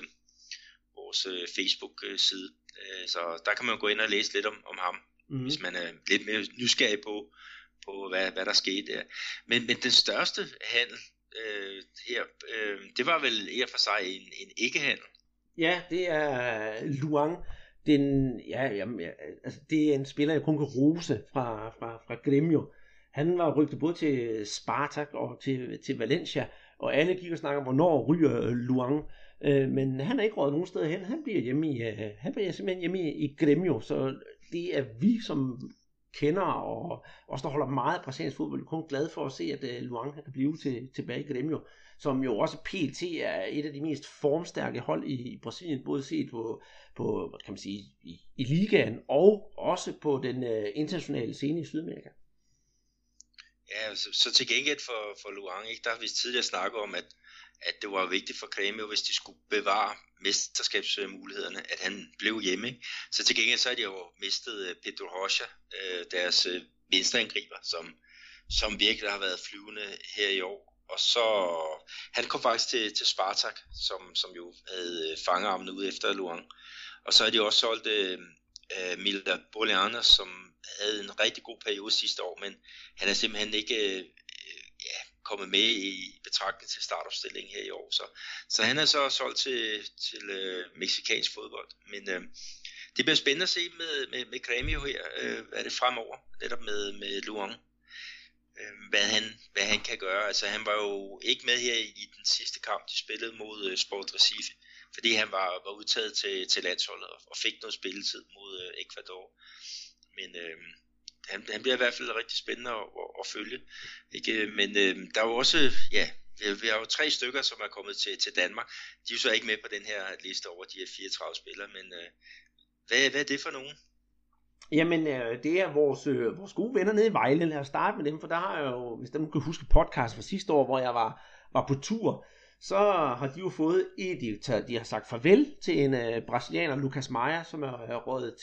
vores Facebook-side. Så der kan man gå ind og læse lidt om ham, hvis man er lidt mere nysgerrig på hvad der skete der. Men den største handel her, det var vel i og for sig en ikke-handel. Ja, det er Luang. Altså det er en spiller, jeg kun kan rose fra Grêmio. Han var rygtet både til Spartak og til Valencia, og alle gik og snakker om, hvornår ryger Luang. Men han er ikke røget nogen steder hen. Han bliver simpelthen hjemme i Grêmio, så det er vi som kender og også der holder meget brasiliansk fodbold, kun glad for at se, at Luang kan blive tilbage i Grêmio, som jo også PT er et af de mest formstærke hold i Brasilien, både set på hvad kan man sige, i ligaen og også på den internationale scene i Sydamerika. Ja, så til gengæld for Luang, ikke, der har vi tidligere snakket om, at det var vigtigt for Grêmio, hvis de skulle bevare mesterskabsmulighederne, at han blev hjemme. Ikke? Så til gengæld så har de jo mistet Pedro Rocha, deres venstreangriber, som virkelig har været flyvende her i år. Og så han kom faktisk til Spartak, som jo havde fangearmene ude efter Luang. Og så har de også solgt Milda Bolianer, som havde en rigtig god periode sidste år, men han er simpelthen ikke kommet med i betragtning til startopstillingen her i år. Så han er så solgt til mexicansk fodbold. Men det bliver spændende at se med Grêmio her, hvad det fremover, netop med Luang. Hvad han kan gøre. Altså han var jo ikke med her i den sidste kamp, de spillede mod Sport Recife, fordi han var udtaget til landsholdet og fik noget spilletid mod Ecuador. Men han bliver i hvert fald rigtig spændende at følge. Ikke? Men der er jo også, vi har jo 3 stykker, som er kommet til Danmark. De er jo så ikke med på den her liste over de her 34 spillere, men hvad er det for nogen? Jamen, det er vores gode venner nede i Vejle. Lad os starte med dem, for der har jeg jo, hvis du kan huske podcast fra sidste år, hvor jeg var på tur, så har de jo fået de har sagt farvel til en brasilianer, Lucas Meyer, som er røget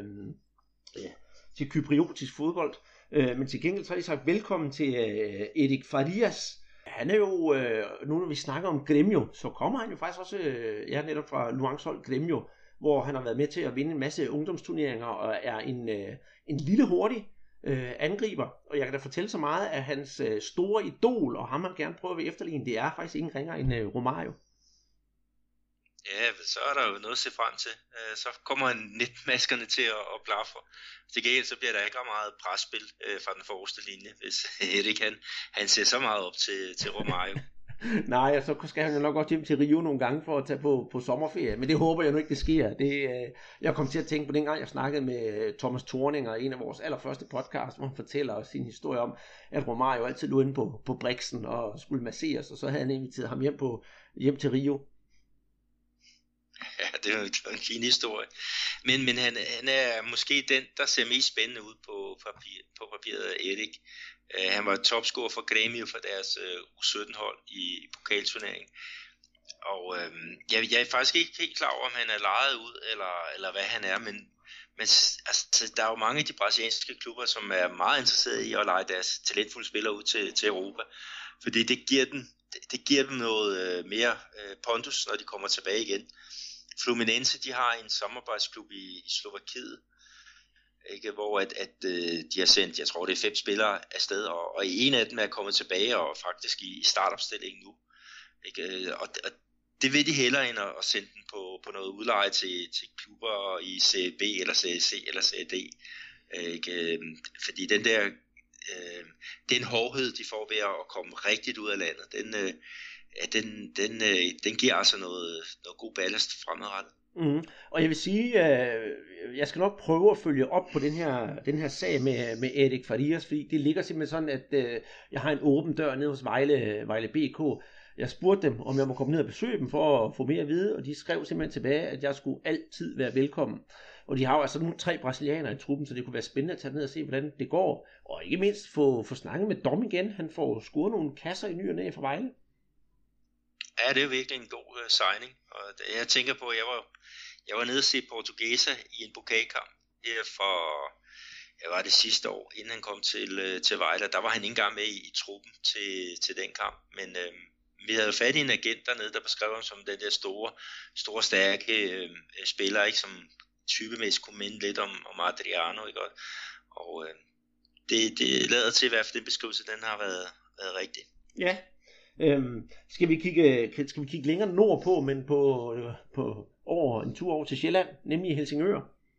til kypriotisk fodbold. Men til gengæld så har de sagt velkommen til Erik Farias. Han er jo, nu når vi snakker om Grêmio, så kommer han jo faktisk også netop fra Luangs hold Grêmio, hvor han har været med til at vinde en masse ungdomsturneringer og er en lille hurtig angriber. Og jeg kan da fortælle så meget, at hans store idol, og ham man gerne prøver at efterligne, det er faktisk ingen ringere end Romario. Ja, så er der jo noget at se frem til. Så kommer netmaskerne til at blaffe. Til gengæld så bliver der ikke meget presspil fra den forreste linje, hvis Erik han ser så meget op til Romario. Nej, så skal han jo nok også hjem til Rio nogle gange for at tage på sommerferie, men det håber jeg nu ikke, det sker. Jeg kom til at tænke på dengang, jeg snakkede med Thomas Thorninger, en af vores allerførste podcasts, hvor han fortæller os sin historie om, at Romario altid lå inde på Brixen og skulle masseres, og så havde han inviteret ham hjem til Rio. Ja, det er jo en fin historie. Men han er måske den, der ser mest spændende ud på papiret af Erik. Han var topscorer for Grêmio for deres U17-hold i pokalturneringen. Og jeg er faktisk ikke helt klar over, om han er lejet ud, eller hvad han er, men altså, der er jo mange af de brasilianske klubber, som er meget interesserede i at lege deres talentfulde spillere ud til Europa. Fordi det giver dem noget mere pondus, når de kommer tilbage igen. Fluminense, de har en samarbejdsklub i Slovakiet, ikke, hvor de har sendt, jeg tror det er 5 spillere afsted, og en af dem er kommet tilbage og faktisk i startopstillingen nu. Ikke? Og det vil de hellere end at sende den på noget udleje til klubber i CB eller CC eller CD. Ikke? Fordi den hårdhed, de får ved at komme rigtigt ud af landet, den giver altså noget god ballast fremadrettet. Og jeg vil sige, jeg skal nok prøve at følge op på den her sag med Erik Farias, fordi det ligger simpelthen sådan, at jeg har en åben dør nede hos Vejle BK. Jeg spurgte dem, om jeg må komme ned og besøge dem for at få mere at vide, og de skrev simpelthen tilbage, at jeg skulle altid være velkommen. Og de har jo altså nu 3 brasilianere i truppen, så det kunne være spændende at tage ned og se, hvordan det går. Og ikke mindst få snakket med Dom igen. Han får scoret nogle kasser i ny og næ fra Vejle. Ja, det er virkelig en god signing. Og jeg tænker på, at jeg var nede og se Portuguesa i en pokalkamp her for, jeg var det sidste år, inden han kom til Vejle. Der var han ikke engang med i truppen til den kamp, men vi havde fat i en agent dernede, der beskrev ham som den der store stærke spiller, ikke, som typemæssigt kunne minde lidt om Adriano, ikke? Og det lader til i hvert fald, den beskrivelse, den har været rigtig. Ja. Skal vi kigge længere nordpå, men på en tur over til Sjælland, nemlig i Helsingør?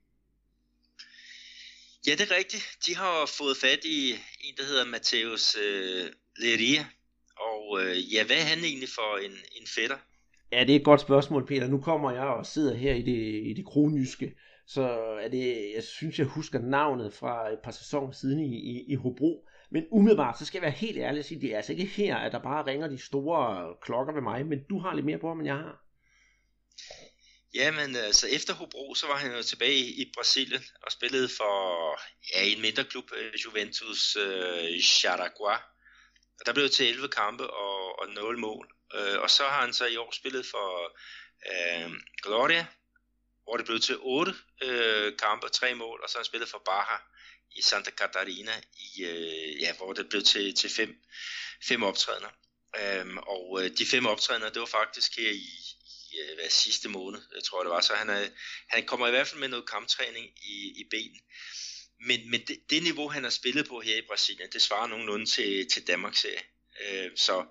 Ja, det er rigtigt. De har fået fat i en, der hedder Matheus Leria. Og hvad er han egentlig for en fætter? Ja, det er et godt spørgsmål, Peter. Nu kommer jeg og sidder her i det kronjyske, så er det, jeg synes, jeg husker navnet fra et par sæsoner siden i Hobro. Men umiddelbart, så skal jeg være helt ærlig at sige, det er altså ikke her, at der bare ringer de store klokker ved mig, men du har lidt mere på ham, end jeg har. Jamen, altså efter Hobro, så var han jo tilbage i Brasilien og spillede for en mindre klub, Juventus Jaraguá. Og der blev til 11 kampe og 0 mål. Og så har han så i år spillet for Gloria, hvor det blev til 8 kampe og 3 mål. Og så har han spillet for Barra i Santa Catarina, hvor det blev til 5 optrædener. Og de 5 optrædener, det var faktisk her i sidste måned, jeg tror det var. Så han kommer i hvert fald med noget kamptræning i benen. Men det niveau, han har spillet på her i Brasilien, det svarer nogenlunde til Danmarks serie. Så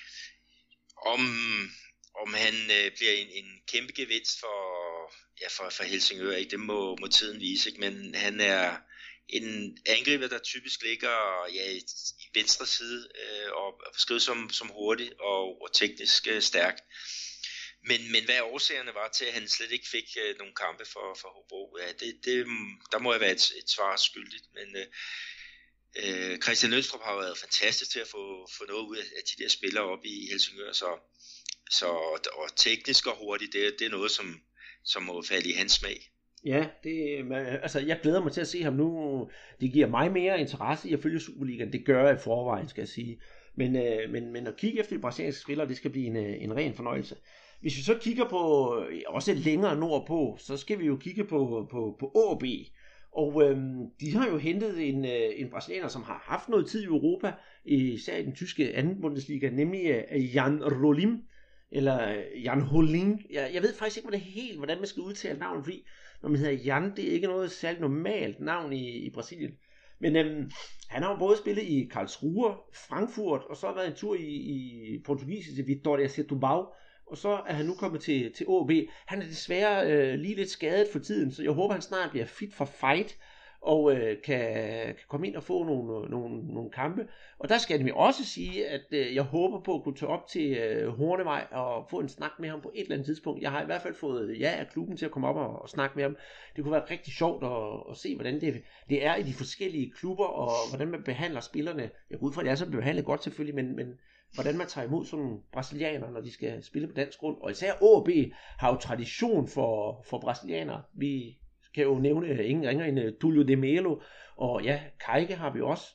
om han bliver en kæmpe gevinst for Helsingør, ikke? Det må tiden vise, ikke? Men han er en angriber, der typisk ligger i venstre side og beskrevet som hurtig og teknisk stærk. Men hvad årsagerne var til, at han slet ikke fik nogle kampe for Hobro, der må jeg være et svar skyldigt. Men Christian Lønstrup har været fantastisk til at få noget ud af de der spillere op i Helsingør, og teknisk og hurtigt, det er noget, som må falde i hans smag. Ja, jeg glæder mig til at se ham nu. Det giver mig mere interesse i at følge Superligaen. Det gør jeg i forvejen, skal jeg sige. Men at kigge efter de brasilianske spillere, det skal blive en ren fornøjelse. Hvis vi så kigger på, også længere nordpå, så skal vi jo kigge på AaB. Og de har jo hentet en brasilianer, som har haft noget tid i Europa, især i den tyske anden Bundesliga, nemlig Jan Rolim, eller Jan Holin. Jeg ved faktisk ikke, hvordan man skal udtale navnet, fordi når man hedder Jan, det er ikke noget særligt normalt navn i Brasilien. Men han har jo både spillet i Karlsruhe, Frankfurt, og så har været en tur i portugisiske Vitória Setúbal, og så er han nu kommet til AaB. Han er desværre lige lidt skadet for tiden, så jeg håber, han snart bliver fit for fight, og kan komme ind og få nogle kampe. Og der skal jeg nemlig også sige, at jeg håber på at kunne tage op til Hornevej og få en snak med ham på et eller andet tidspunkt. Jeg har i hvert fald fået af klubben til at komme op og snakke med ham. Det kunne være rigtig sjovt at se, hvordan det er i de forskellige klubber, og hvordan man behandler spillerne. Jeg går ud fra, at det er så behandlet godt selvfølgelig, men hvordan man tager imod sådan nogle brasilianere, når de skal spille på dansk grund. Og især AaB har jo tradition for brasilianere. Vi kan jo nævne ingen ringer end Tulio de Melo, og ja, Kajke har vi også.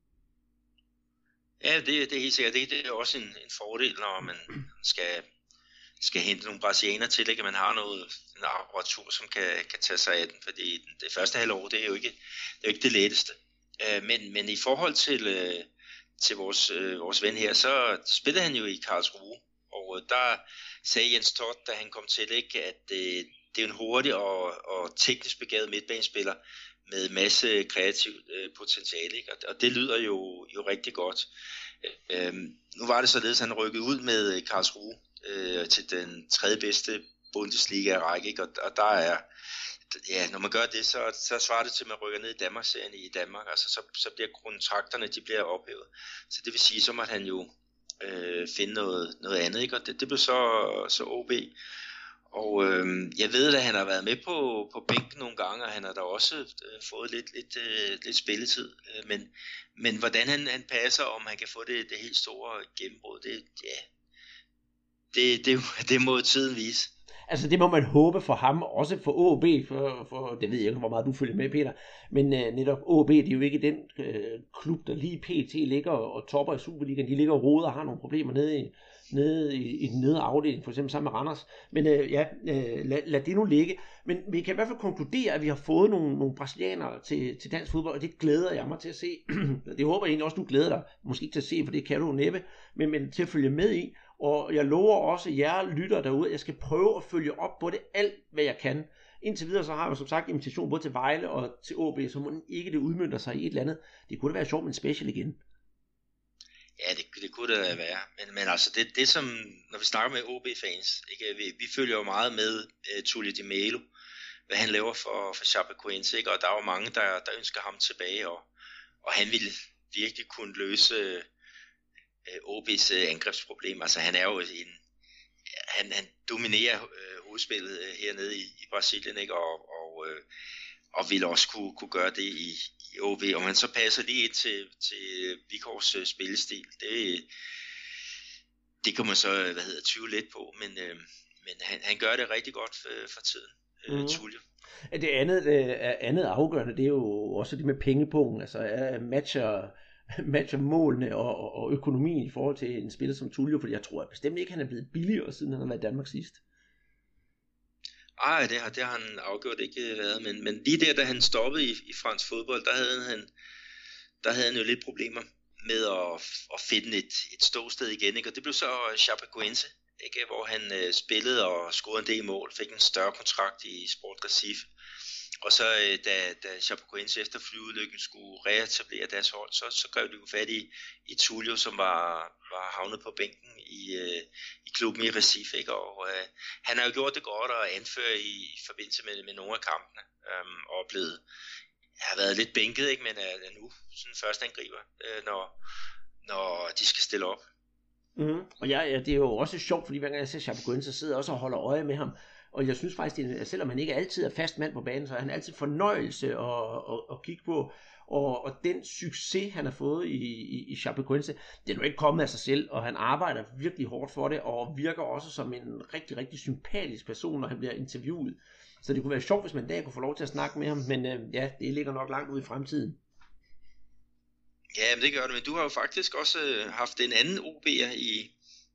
Ja, det er helt sikkert. Det er også en fordel, når man skal hente nogle brasilianere til, ikke? Man har en apparatur, som kan tage sig af den, fordi det første halvår, det er jo ikke det letteste. Men i forhold til vores ven her, så spillede han jo i Karlsruhe, og der sagde Jens Todt, da han kom til, ikke, at det er en hurtig og teknisk begavet midtbanespiller med masse kreativt potentiale, ikke? Og det lyder jo rigtig godt. Nu var det således, at han rykkede ud med Karlsruhe til den tredje bedste Bundesliga-række, ikke? Og der er, når man gør det, så svarer det til, at man rykker ned i Danmarksserien i Danmark. Altså så bliver kontrakterne, de bliver ophævet. Så det vil sige, så må han jo finde noget andet, ikke? Og det blev så AaB. Og jeg ved, at han har været med på bænken nogle gange, og han har da også fået lidt spilletid. Men hvordan han passer, om han kan få det helt store gennembrud, det må tiden vise. Altså det må man håbe for ham, også for OB, for det ved jeg ikke, hvor meget du følger med, Peter, men netop OB, det er jo ikke den klub, der lige pt. Ligger og topper i Superligaen, de ligger og roder og har nogle problemer nede i den nedre afdeling, for eksempel sammen med Randers. Men lad det nu ligge. Men vi kan i hvert fald konkludere, at vi har fået nogle brasilianere til dansk fodbold, og det glæder jeg mig til at se. Det håber jeg egentlig også, du glæder dig, måske ikke til at se, for det kan du jo næppe, men til at følge med i. Og jeg lover også jer lytter derude, at jeg skal prøve at følge op på det alt, hvad jeg kan. Indtil videre så har jeg som sagt invitation både til Vejle og til OB, så må ikke det udmønter sig i et eller andet. Det kunne da være sjovt med en special igen. Ja, det kunne det da være. Men altså, det som, når vi snakker med OB-fans, ikke, vi følger jo meget med Tulio Di Melo, hvad han laver for Chapecoense, ikke? Og der er jo mange, der ønsker ham tilbage, og han ville virkelig kunne løse OB's angrebsproblem. Altså, han er jo han dominerer hovedspillet hernede i Brasilien, ikke? Og vil også kunne gøre det i OB, og man så passer lige ind til Vikors spillestil. Det kan man så tvivle lidt på, men han gør det rigtig godt for tiden, Tulio. Det andet afgørende, det er jo også det med pengepunkten, altså matcher målene og økonomien i forhold til en spiller som Tulio, fordi jeg tror bestemt ikke, han er blevet billigere, siden han har været i Danmark sidst. Ej, det har han afgjort ikke været, men lige der, da han stoppede i fransk fodbold, der havde han jo lidt problemer med at finde et ståsted igen, ikke? Og det blev så Chapecoense, ikke? Hvor han spillede og scorede en del mål, fik en større kontrakt i Sport Recife. Og så da Chapecoense efter flyulykken skulle reetablere deres hold, så greb de jo fat i Tulio, som var havnet på bænken i klubben i Recife, ikke? Og han har jo gjort det godt at anføre i forbindelse med nogle af kampene, og har været lidt bænket, ikke? Men er nu sådan første angriber, når de skal stille op. Og det er jo også sjovt, fordi hver gang jeg ser Chapecoense, så sidder jeg også og holder øje med ham. Og jeg synes faktisk, at selvom han ikke altid er fast mand på banen, så er han altid fornøjelse at kigge på. Og den succes, han har fået i Chapecoense, det er jo ikke kommet af sig selv, og han arbejder virkelig hårdt for det, og virker også som en rigtig, rigtig sympatisk person, når han bliver interviewet. Så det kunne være sjovt, hvis man en dag kunne få lov til at snakke med ham, men det ligger nok langt ude i fremtiden. Ja, men det gør det, men du har jo faktisk også haft en anden OB'er i,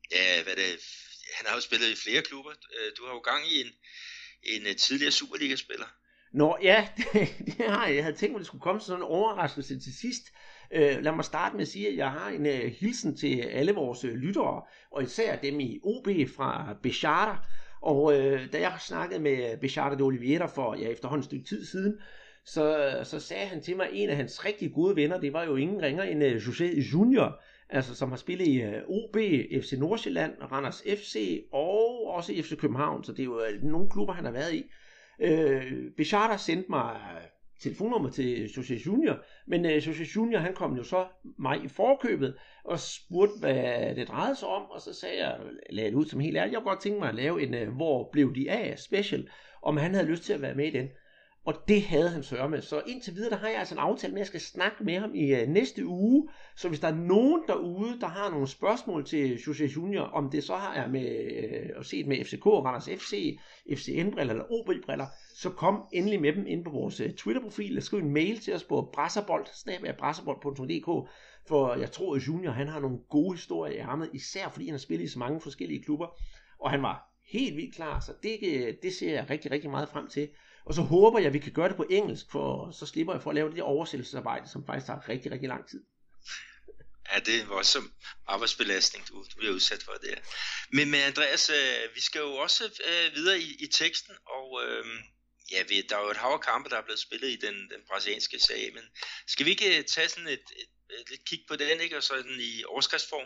han har jo spillet i flere klubber. Du har jo gang i en tidligere Superliga-spiller. Nå ja, det har jeg. Jeg havde tænkt mig, at det skulle komme sådan en overraskelse til sidst. Lad mig starte med at sige, at jeg har en hilsen til alle vores lyttere, og især dem i OB fra Bechara. Og da jeg snakkede med Bechara de Oliveira for efterhånden et stykke tid siden, så sagde han til mig, at en af hans rigtig gode venner, det var jo ingen ringer end José Junior, altså som har spillet i OB, FC Nordsjælland, Randers FC og også i FC København, så det er jo nogle klubber, han har været i. Bechara sendte mig telefonnummer til José Junior, men José Junior, han kom jo så mig i forkøbet og spurgte, hvad det drejede sig om, og så sagde jeg, lagde det ud som helt ærligt, jeg kunne godt tænke mig at lave en hvor blev de af special, om han havde lyst til at være med i den. Og det havde han sørget med. Så indtil videre, der har jeg altså en aftale med, at jeg skal snakke med ham i næste uge. Så hvis der er nogen derude, der har nogle spørgsmål til José Junior, om det så er med at se med FCK, Randers FC, FCN-briller eller OB-briller, så kom endelig med dem ind på vores Twitter-profil, eller skriv en mail til os på brasserbold@brasserbold.dk, for jeg tror, at Junior han har nogle gode historier i ærmet, især fordi han har spillet i så mange forskellige klubber, og han var helt vildt klar, så det ser jeg rigtig, rigtig meget frem til. Og så håber jeg, at vi kan gøre det på engelsk, for så slipper jeg for at lave det oversættelsesarbejde, som faktisk tager rigtig, rigtig lang tid. Ja, det var også arbejdsbelastning, du bliver udsat for det. Men Andreas, vi skal jo også videre i teksten, og der er jo et hav af kampe, der er blevet spillet i den brasilianske sag, men skal vi ikke tage sådan et lidt kig på den, ikke? Og så den i overskriftsform?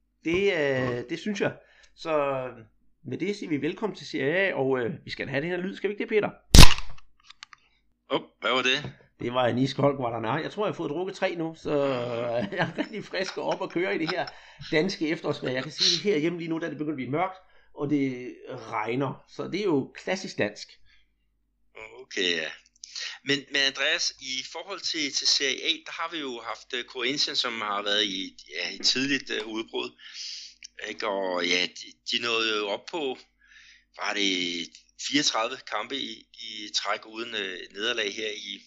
Det synes jeg. Så med det siger vi velkommen til Serie A, og vi skal have den her lyd. Skal vi ikke det, Peter? Hvad var det? Det var en iskold Guaraná. Jeg tror, jeg har fået drukket 3 nu, så jeg er rigtig frisk og op og køre i det her danske efterårsvejr. Jeg kan sige, at herhjemme lige nu, der det begyndt at blive mørkt, og det regner. Så det er jo klassisk dansk. Okay, ja. Men Andreas, i forhold til Serie A, der har vi jo haft Corinthians, som har været i tidligt udbrud. Ikke? Og ja, de nåede jo op på var det 34 kampe i træk uden nederlag her i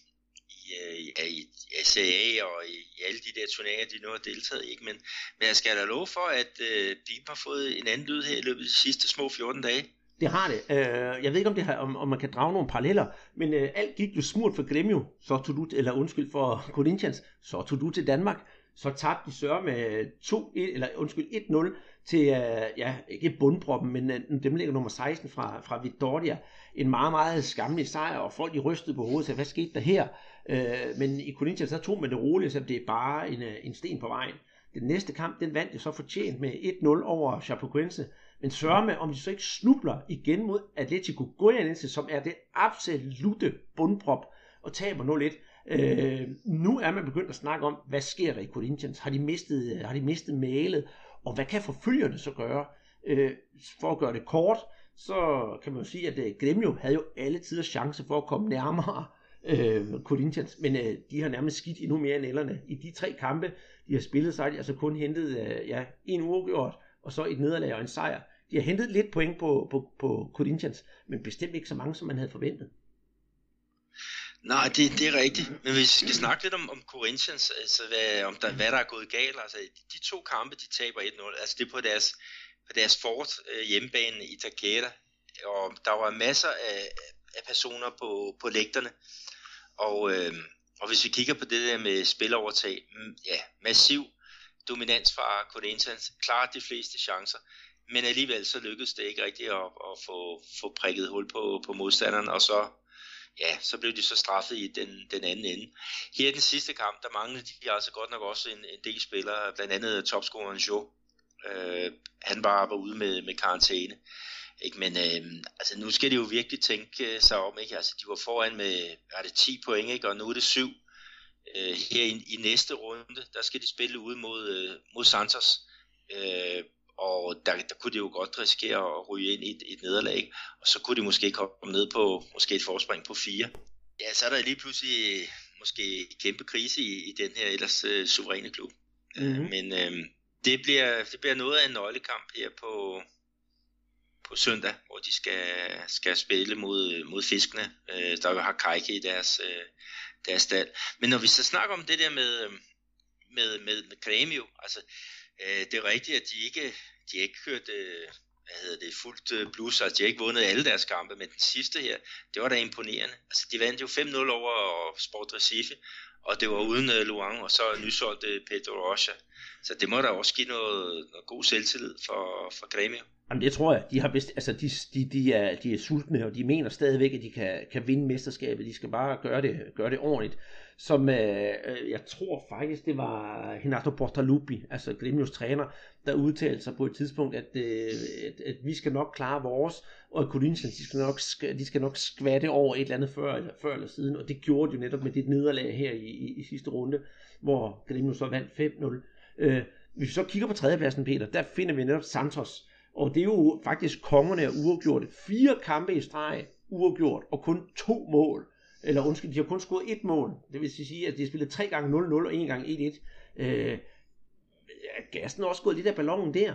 SAA og i alle de der turneringer, de nu har deltaget i. Men jeg skal da love for, at Bim har fået en anden lyd her i løbet af de sidste små 14 dage. Det har det. Jeg ved ikke, om man kan drage nogle paralleller, men alt gik jo smurt for Grêmio, for Corinthians, så tog du til Danmark, så tabte de sørge med 1-0 til, ikke bundproppen, men dem ligger nummer 16 fra Vitória. En meget, meget skammelig sejr, og folk de rystede på hovedet og sagde, hvad skete der her? Men i Corinthians, så tog man det roligt, så det er bare en sten på vejen. Den næste kamp, den vandt de så fortjent med 1-0 over Chapecoense. Men sørme, om de så ikke snubler igen mod Atlético Goianiense, som er det absolute bundprop, og taber 0-1. Nu er man begyndt at snakke om, hvad sker der i Corinthians? Har de mistet mælet? Og hvad kan forfølgerne så gøre? For at gøre det kort, så kan man jo sige, at Grêmio havde jo alle tiders chance for at komme nærmere Corinthians, men de har nærmest skidt endnu mere end ellerne. I de 3 kampe, de har spillet, så har de altså kun hentet en uafgjort, og så et nederlag og en sejr. De har hentet lidt point på Corinthians, men bestemt ikke så mange, som man havde forventet. Nej, det er rigtigt. Men hvis vi skal snakke lidt om Corinthians, altså hvad der er gået galt, altså de 2 kampe, de taber 1-0, altså det er på deres fort hjemmebane i Takeda, og der var masser af personer på lægterne, og hvis vi kigger på det der med spilovertag, massiv dominans fra Corinthians, klart de fleste chancer, men alligevel så lykkedes det ikke rigtigt at få prikket hul på modstanderen, og så blev de så straffet i den anden ende. Her i den sidste kamp, der manglede de altså godt nok også en del spillere, blandt andet topscoreren Jo. Han var ude med karantæne. Ikke? Men altså nu skal de jo virkelig tænke sig om, ikke? Altså de var foran med 10 point, ikke? Og nu er det 7. Her i næste runde, der skal de spille ude mod Santos. Og der kunne de jo godt risikere at ryge ind i et nederlag, og så kunne de måske komme ned på måske et forspring på 4. Ja, så er der lige pludselig måske kæmpe krise i den her ellers suveræne klub. Mm-hmm. Men det bliver noget af en nøglekamp her på søndag, hvor de skal spille mod Fiskene, der har Kajke i deres stald. Men når vi så snakker om det der med Grêmio, altså det er rigtigt, at de har ikke kørt fuldt plus, altså de har ikke vundet alle deres kampe, men den sidste her, det var da imponerende. Altså de vandt jo 5-0 over Sport Recife, og det var uden Luang, og så nysolgte Pedro Rocha. Så det må da også give noget god selvtillid for Grêmio. Jamen det tror jeg. De har de er sultne, og de mener stadigvæk, at de kan vinde mesterskabet. De skal bare gøre det ordentligt. Som jeg tror faktisk, det var Renato Portaluppi, altså Grêmios træner, der udtalte sig på et tidspunkt, at vi skal nok klare vores, og at Corinthians, de skal nok skvatte over et eller andet før eller siden, og det gjorde de jo netop med det nederlag her i sidste runde, hvor Grêmio så vandt 5-0. Hvis vi så kigger på tredjepladsen, Peter, der finder vi netop Santos, og det er jo faktisk kongerne af uafgjorte. 4 kampe i streg uafgjort, og kun 2 mål. Eller undskyld, de har kun scoret 1 mål. Det vil sige, at de har spillet 3 gange 0-0 og 1 gang 1-1. Gassen er også gået lidt af ballonen der.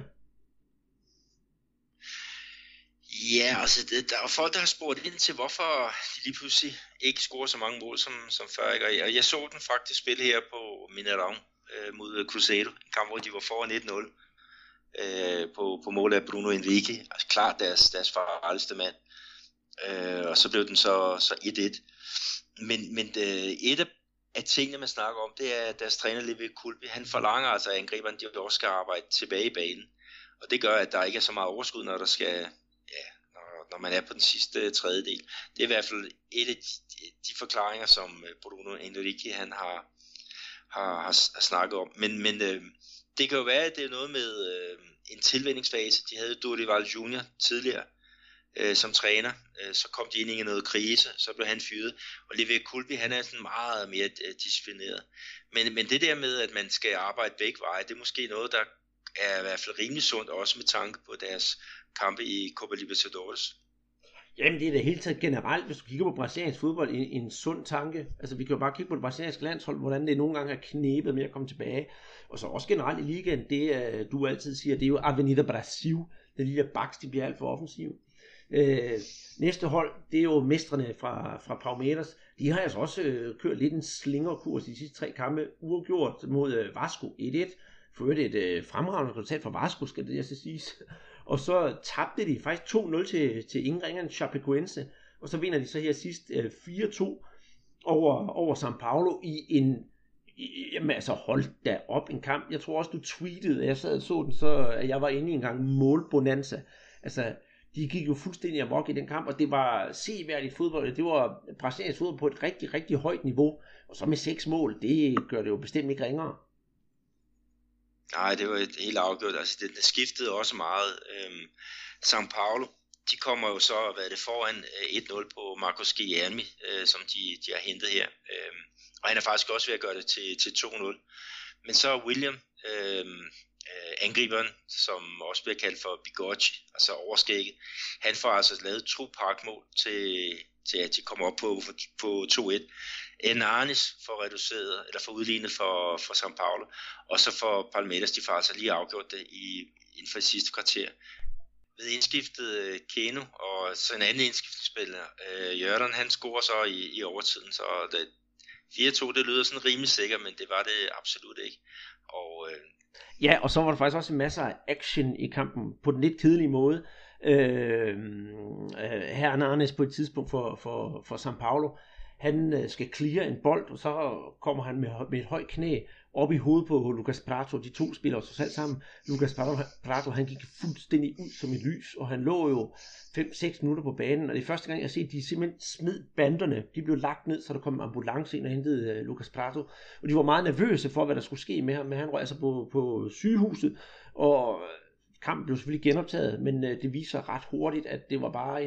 Ja, altså der er folk, der har spurgt ind til, hvorfor de lige pludselig ikke scorer så mange mål som før. Ikke? Og jeg så den faktisk spille her på Mineirão mod Cruzeiro. En kamp, hvor de var foran 1-0 på mål af Bruno Henrique. Altså klart deres farligste mand. Og så blev den så 1-1. Men et af tingene, man snakker om, det er deres træner Levi Kulpi. Han forlanger altså, at angriberne de også skal arbejde tilbage i banen. Og det gør, at der ikke er så meget overskud, når der skal, når man er på den sidste tredjedel. Det er i hvert fald et af de forklaringer, som Bruno Henrique han har snakket om. Men det kan jo være, at det er noget med en tilvændingsfase. De havde Dorival Junior tidligere som træner, så kom de ind i noget krise, så blev han fyret, og Levi Kulpi, han er sådan meget mere disciplineret. Men det der med, at man skal arbejde begge veje, det er måske noget, der er i hvert fald rimelig sundt, også med tanke på deres kampe i Copa Libertadores. Jamen det er det hele taget generelt, hvis du kigger på brasiliansk fodbold, en sund tanke. Altså vi kan jo bare kigge på det brasilianske landshold, hvordan det nogle gange har knebet med at komme tilbage. Og så også generelt i ligaen, det du altid siger, det er jo Avenida Brasil, den lille baks, de bliver alt for offensiv. Næste hold, det er jo mestrene fra Palmeiras. De har altså også kørt lidt en slingerkurs de sidste 3 kampe. Uafgjort mod Vasco 1-1. For et fremragende resultat for Vasco, skal det så siges. Og så tabte de faktisk 2-0 til ingen ringere end Chapecoense. Og så vinder de så her sidst 4-2 over São Paulo i en... Jamen altså, hold da op en kamp. Jeg tror også, du tweetede, at jeg sad og så den, så at jeg var inde i en gang målbonanza. Altså, de gik jo fuldstændig amok i den kamp, og det var seværdigt fodbold. Det var brasiliansk fodbold på et rigtig, rigtig højt niveau. Og så med 6 mål, det gør det jo bestemt ikke ringere. Nej, det var et helt afgjort. Altså, det skiftede også meget. São Paulo, de kommer jo så foran 1-0 på Marcos Guilherme, som de har hentet her. Og han er faktisk også ved at gøre det til 2-0. Men så William, angriberen, som også bliver kaldt for Bigode, altså overskægget, han får altså lavet 2 parkmål til at de kommer op på 2-1. Hernanes får reduceret, eller får udlignet for São Paulo, og så får Palmeiras, de får altså lige afgjort det inden for det sidste kvarter. Ved indskiftet Keno, og så en anden indskiftningsspiller, Jørgen, han scorer så i overtiden, så 4-2, det lyder sådan rimelig sikkert, men det var det absolut ikke. Og ja, og så var der faktisk også masser af action i kampen på den lidt kedelige måde. Hernanes på et tidspunkt for São Paulo, han skal clear en bold, og så kommer han med et højt knæ op i hovedet på Lucas Prato. De 2 spiller så selv sammen. Lucas Prato, han gik fuldstændig ud som et lys, og han lå jo 5-6 minutter på banen, og det er første gang, jeg ser, at de simpelthen smed banderne. De blev lagt ned, så der kom en ambulance ind og hentede Lucas Prato, og de var meget nervøse for, hvad der skulle ske med ham, men han røg altså på sygehuset, og kampen blev selvfølgelig genoptaget, men det viser ret hurtigt, at det var bare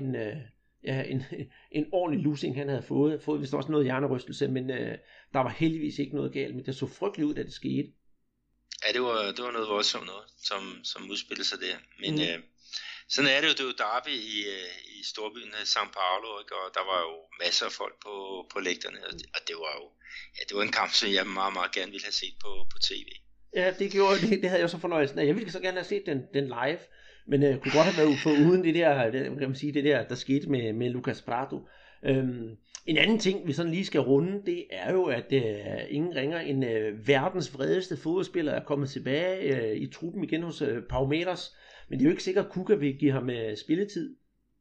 en ordentlig losing, han havde fået vist også noget hjernerystelse, men der var heldigvis ikke noget galt, men det så frygteligt ud, da det skete. Ja, det var noget voldsomt noget, som udspillede sig der, men sådan er det jo derby i storbyen São Paulo, ikke? Og der var jo masser af folk på lægterne, og det var en kamp, som jeg meget, meget gerne ville have set på tv. Ja, det gjorde det havde jeg så fornøjelsen af. Jeg ville så gerne have set den live, men kunne godt have været for uden det der skete med Lucas Prato. En anden ting, vi sådan lige skal runde, det er jo, at ingen ringer en verdens vredeste fodboldspiller er kommet tilbage i truppen igen hos Palmeiras. Men det er jo ikke sikkert, at Cuca vil give ham spilletid.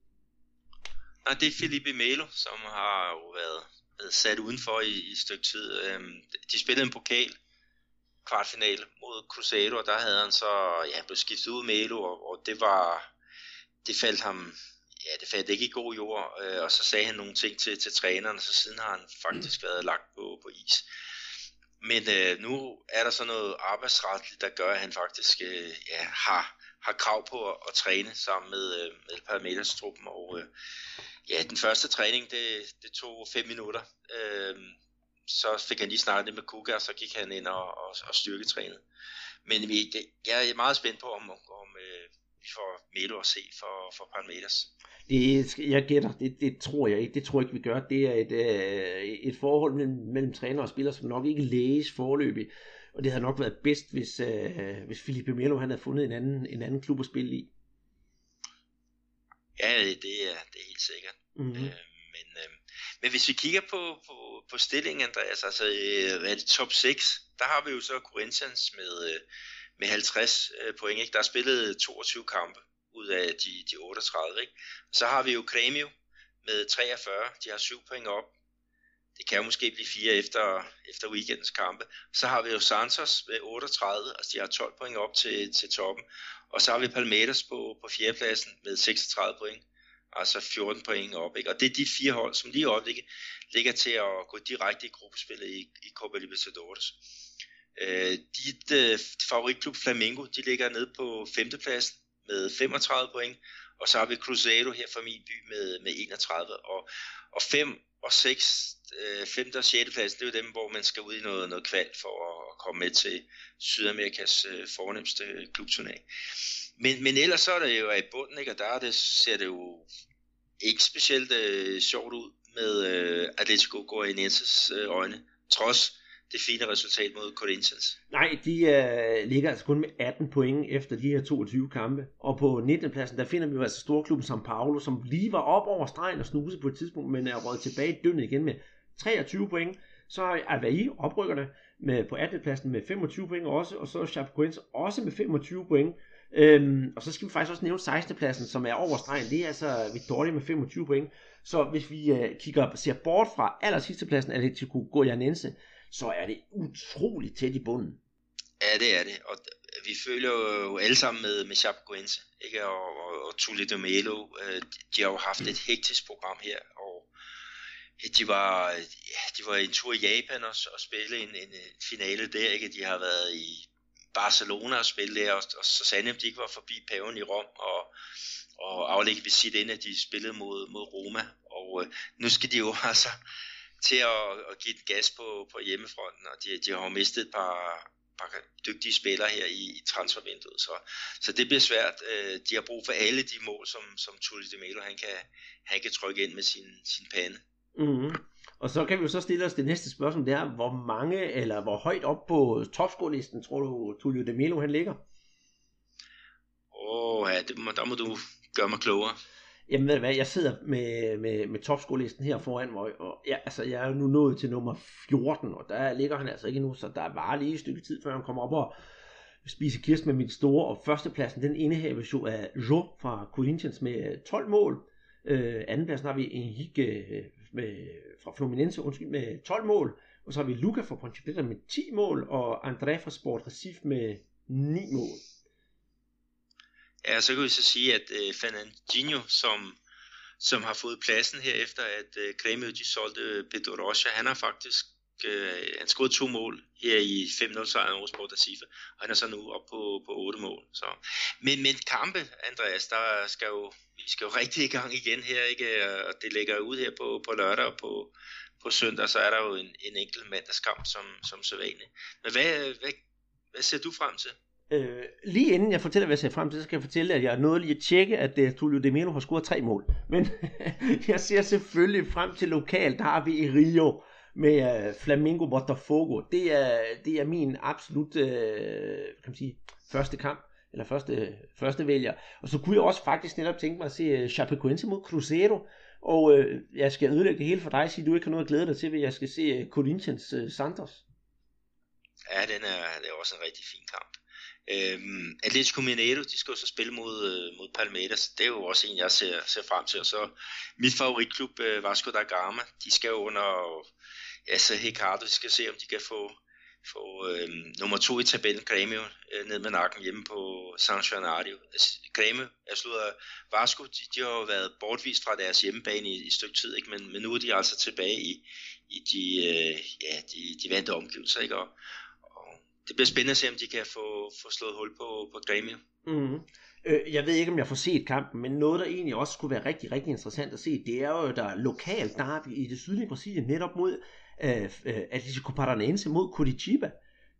Nej, det er Felipe Melo, som har jo været sat udenfor i et stykke tid. De spillede en pokal kvartfinale mod Cruzeiro, og der havde han så blevet skiftet ud Melo, og det faldt ham, det faldt ikke i god jord, og så sagde han nogle ting til træneren, så siden har han faktisk været lagt på is. Men nu er der så noget arbejdsretligt, der gør, at han faktisk har krav på at træne sammen med Palmeiras-truppen, og den første træning, det tog 5 minutter, så fik han lige snakket lidt med Cuca, og så gik han ind og styrketrænede. Men jeg er meget spændt på, om vi får Melo at se for Palmeiras. Jeg gætter, det tror jeg ikke. Det tror jeg ikke, vi gør. Det er et forhold mellem træner og spiller, som nok ikke læges foreløbig. Og det havde nok været bedst, hvis Felipe Melo han havde fundet en anden klub at spille i. Ja, det er helt sikkert. Mm-hmm. Men hvis vi kigger på stillingen, Andreas, altså hvad er det, top 6, der har vi jo så Corinthians med 50 point, ikke? Der er spillet 22 kampe ud af de 38, ikke? Så har vi jo Grêmio med 43, de har 7 point op. Det kan jo måske blive 4 efter weekendens kampe. Så har vi jo Santos med 38, altså de har 12 point op til toppen. Og så har vi Palmeiras på 4. pladsen med 36 point. Altså 14 point op, ikke? Og det er de 4 hold, som lige øjeblikket ligger til at gå direkte i gruppespillet i Copa Libertadores. Dit favoritklub Flamengo, de ligger nede på 5. pladsen med 35 point. Og så har vi Cruzeiro her fra min by med 31. Og 5 og 6, 5. og 6. pladsen, det er jo dem, hvor man skal ud i noget kval for at komme med til Sydamerikas fornemste klubturnering. Men ellers så er det jo i bunden, ikke? Og der ser det jo ikke specielt sjovt ud med Atlético Goianienses øjne, trods det fine resultat mod Corinthians. Nej, de ligger altså kun med 18 point efter de her 22 kampe. Og på 19. pladsen, der finder vi jo altså storklubben São Paulo, som lige var op over stregen og snuse på et tidspunkt, men er røget tilbage i døgnet igen med 23 point. Så har Avaí, oprykkerne, på 18. pladsen med 25 point også, og så Chapecoense også med 25 point. Og så skal vi faktisk også nævne 16. pladsen, som er over stregen. Det er altså Vitória med 25 point. Så hvis vi ser bort fra aller sidste pladsen, Atlético Goianiense, så er det utroligt tæt i bunden. Ja, det er det. Og vi føler jo alle sammen med Chapecoense, ikke? Og Tulle de Melo. De har jo haft et hektisk program her, og de var en tur i Japan og spille en finale der, ikke? De har været i Barcelona og spille der, og så sandelig de ikke var forbi paven i Rom og aflægge visit ind, at de spillede mod Roma. Og nu skal de jo altså til at give den gas på hjemmefronten, og de har jo mistet et par dygtige spillere her i transfervinduet, så det bliver svært. De har brug for alle de mål, som Tulle de Melo han kan trykke ind med sin pande. Mm-hmm. Og så kan vi jo så stille os det næste spørgsmål, det er, hvor mange eller hvor højt op på topscorelisten tror du Tulle de Melo han ligger? Ja, der må du gøre mig klogere. Jamen ved du hvad, jeg sidder med topscorelisten her foran mig, og jeg er nu nået til nummer 14, og der ligger han altså ikke nu, så der var lige et stykke tid, før han kommer op og spiser kirst med mit store, og førstepladsen, den indehaves jo af Jo fra Corinthians med 12 mål. Andenpladsen har vi Henrique fra Fluminense med 12 mål, og så har vi Luca fra Ponte Preta med 10 mål, og André fra Sport Recife med 9 mål. Ja, så kan vi så sige, at Fernandinho, som har fået pladsen her efter, at Grêmio de solgte Pedro Rocha, han har faktisk han scoret 2 mål her i 5-0 sejren over Sport Recife, og han er så nu op på 8 mål. Så. Men kampe, Andreas, vi skal jo rigtig i gang igen her, ikke? Og det ligger ud her på lørdag og på søndag, så er der jo en enkelt mandagskamp som sædvanligt. Men hvad ser du frem til? Lige inden jeg fortæller, hvad jeg ser frem til, så skal jeg fortælle, at jeg er nået lige at tjekke, at Tulle de Melo har scoret 3 mål. Men jeg ser selvfølgelig frem til lokalt, der har vi i Rio med Flamengo Botafogo. Det er min absolut kan man sige, første kamp, eller første vælger. Og så kunne jeg også faktisk netop tænke mig at se Chapecoense mod Cruzeiro. Og jeg skal ødelægge det hele for dig, og sige, at du ikke har noget at glæde dig til, ved jeg skal se Corinthians Santos. Ja, det er også en rigtig fin kamp. Atlético Mineiro, de skal jo så spille mod Palmeiras. Det er jo også en, jeg ser frem til. Og så mit favoritklub, Vasco da Gama, de skal jo under Ricardo, de skal se, om de kan få nummer 2 i tabellen, Grêmio, ned med nakken hjemme på San Januario. Vasco, de har jo været bortvist fra deres hjemmebane i et stykke tid, ikke? Men nu er de altså tilbage i de vante omgivelser, ikke? Og det bliver spændende at se, om de kan få slået hul på Grêmio. Mm-hmm. Jeg ved ikke, om jeg får set kampen, men noget, der egentlig også skulle være rigtig, rigtig interessant at se, det er jo, der er lokalt derby i det sydlige Brasilien, netop mod Atlético Paranaense mod Curitiba.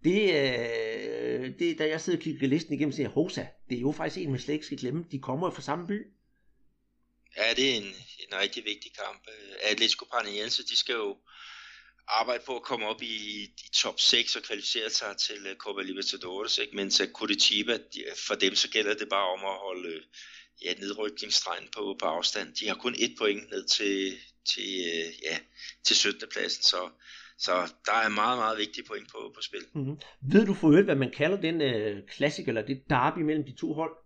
Det da jeg sidder og kigger listen igennem, siger Hosa, det er jo faktisk en, man slet ikke skal glemme. De kommer jo fra samme by. Ja, det er en rigtig vigtig kamp. Atlético Paranaense, de skal jo arbejde på at komme op i top 6 og kvalificere sig til Copa Libertadores, ikke? Mens Curitiba, for dem så gælder det bare om at holde nedrykningsstregen på afstand. De har kun 1 point ned til 17. pladsen, så der er meget, meget vigtige point på spil. Mm-hmm. Ved du for øvrigt, hvad man kalder den klassiker, eller det derby mellem de to hold?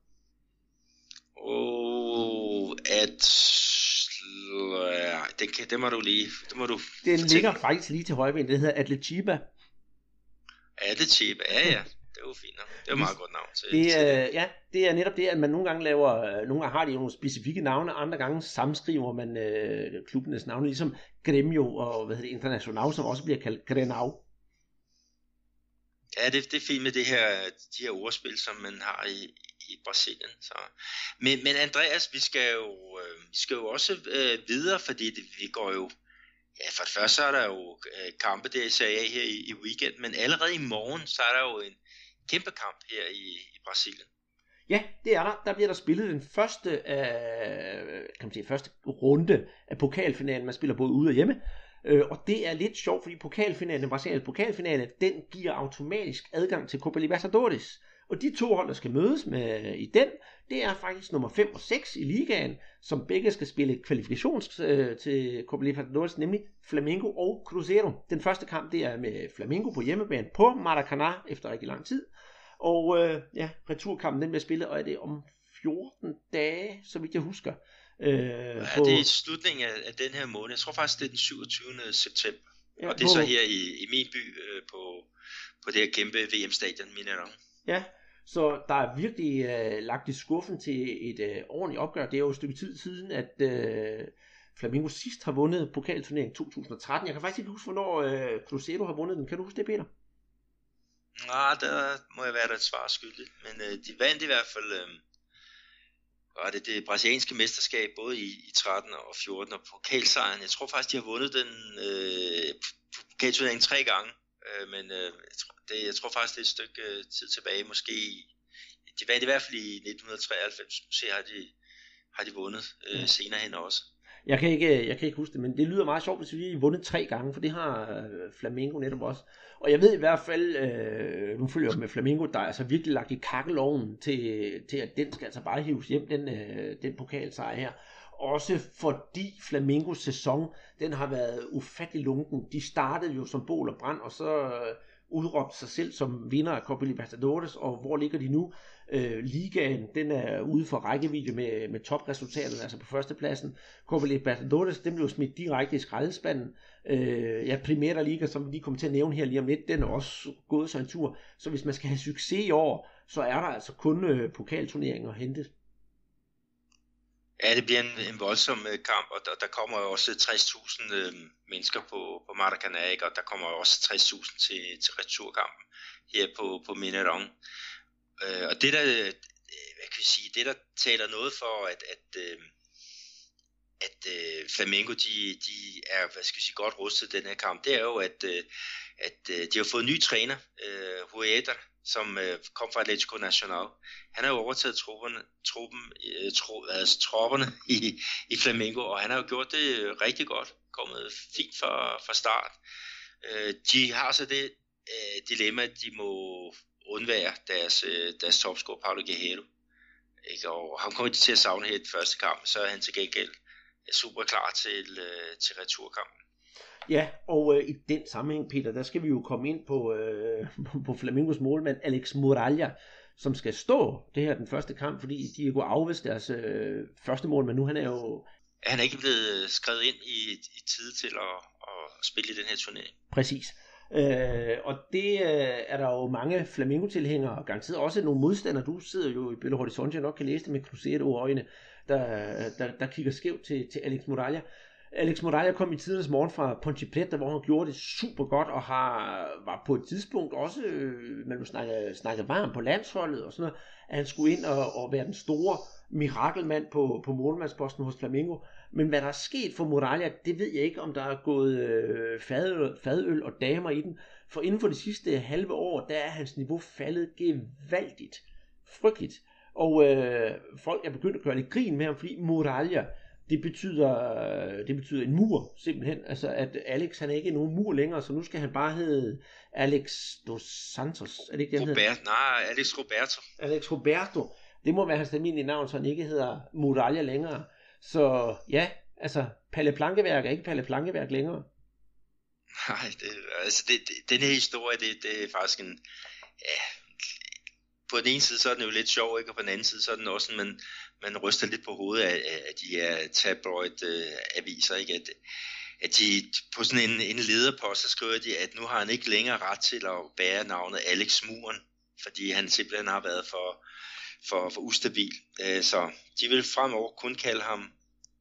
Det må du lige... Den ligger faktisk lige til højre, det hedder Atletiba. Atletiba, ja. Det er jo fint. Det er et meget godt navn til. Det er netop det, at man nogle gange har de nogle specifikke navne, andre gange sammenskriver man klubbenes navne, ligesom Grêmio og Internacional, som også bliver kaldt Grenau. Ja, det er fint med de her ordspil, som man har i Brasilien. Så. Men Andreas, vi skal jo også videre, fordi vi går jo... Ja, for det første så er der jo kampe der i Serie A her i weekend, men allerede i morgen, så er der jo en kæmpe kamp her i Brasilien. Ja, det er der. Der bliver der spillet den første runde af pokalfinalen. Man spiller både ude og hjemme. Og det er lidt sjovt, fordi pokalfinalen, den brasilianske pokalfinale, den giver automatisk adgang til Copa Libertadores. Og de 2 hold, der skal mødes med i den, det er faktisk nummer 5 og 6 i ligaen, som begge skal spille kvalifikations til Copa Libertadores, nemlig Flamengo og Cruzeiro. Den første kamp, det er med Flamengo på hjemmebane på Maracanã efter rigtig lang tid. Og returkampen, den bliver spillet, og er det om 14 dage, så vidt jeg husker. Det er slutningen af den her måned. Jeg tror faktisk, det er den 27. september. Ja, og det er så her i min by på det her kæmpe VM-stadion, Mineirão. Ja, så der er virkelig lagt i skuffen til et ordentligt opgør. Det er jo et stykke tid siden, at Flamengo sidst har vundet pokalturneringen 2013. Jeg kan faktisk ikke huske, hvornår Cruzeiro har vundet den. Kan du huske det, Peter? Nej, der må jeg være der et svar skyldig. Men de vandt i hvert fald var det brasilianske mesterskab både i 13 og 14 og pokalsejren. Jeg tror faktisk, de har vundet den pokalturneringen 3 gange. Men jeg tror faktisk, det er et stykke tid tilbage. Måske de vandt i hvert fald i 1993. Måske har de vundet senere hen også. Jeg kan ikke huske det, men det lyder meget sjovt, hvis vi har vundet 3 gange, for det har Flamengo netop også. Og jeg ved i hvert fald, nu følger jeg med Flamengo, der er altså virkelig lagt i kakkelovnen til at den skal altså bare hives hjem, den pokalsejr her. Også fordi Flamengos sæson, den har været ufattelig lunken. De startede jo som bål og brand, og så udråbte sig selv som vinder af Copa Libertadores, og hvor ligger de nu? Ligaen, den er ude for rækkevidde med topresultatet, altså på førstepladsen. Copa Libertadores, den blev smidt direkte i skraldespanden. Primera Liga, som vi lige kommer til at nævne her lige om lidt, den er også gået sig en tur. Så hvis man skal have succes i år, så er der altså kun pokalturneringer at hente. Ja, det bliver en voldsom kamp, og der kommer jo også 60.000 mennesker på Maracanã, ikke? Og der kommer også 60.000 til returkampen her på Mineirão. Og det der, hvad kan vi sige, det der taler noget for, at Flamengo de er, hvad skal vi sige, godt rustet den her kamp, det er jo, at de har fået en ny træner, Rueda, som kom fra Atlético Nacional. Han har jo overtaget tropperne i Flamengo, og han har jo gjort det rigtig godt, kommet fint fra start. De har så det dilemma, at de må undvære deres topscorer, Paulo Guerreiro. Ikke? Og han kommer til at savne her i den første kamp, så er han til gengæld super klar til returkampen. Ja, og i den sammenhæng, Peter, der skal vi jo komme ind på Flamengos målmand, Alex Muralha, som skal stå det her den første kamp, fordi de er gået afvist deres første mål, men nu han er ikke blevet skrevet ind i tid til at spille i den her turnering. Præcis. Og det er der jo mange Flamengo-tilhængere, og garanteret også nogle modstandere. Du sidder jo i Belo Horizonte og nok kan læse det med Cruzeiro-øjne, der kigger skævt til Alex Muralha. Alex Muralha kom i tidernes morgen fra Ponte Preta, hvor han gjorde det super godt, og var på et tidspunkt også, man vil snakke varmt på landsholdet og sådan noget, at han skulle ind og være den store mirakelmand på målmandsposten hos Flamengo. Men hvad der er sket for Muralha, det ved jeg ikke, om der er gået fadøl og damer i den. For inden for det sidste halve år, der er hans niveau faldet gevaldigt. Frygteligt. Og folk er begyndt at gøre lidt grin med ham, fordi Muralha, det betyder en mur, simpelthen. Altså, at Alex, han er ikke nogen mur længere, så nu skal han bare hedde Alex dos Santos. Er det ikke det, han hedder? Nej, Alex Roberto. Alex Roberto. Det må være hans almindelige navn, så han ikke hedder Muralha længere. Så ja, altså, Palle Plankeværk er ikke Palle Plankeværk længere. Nej, den her historie, det er faktisk en... Ja, på den ene side, så er den jo lidt sjov, ikke? Og på den anden side, så er den også sådan, man ryster lidt på hovedet af de her tabloid-aviser, ikke? At de på sådan en lederpost, så skriver de, at nu har han ikke længere ret til at bære navnet Alex Muren, fordi han simpelthen har været for ustabil. Så de vil fremover kun kalde ham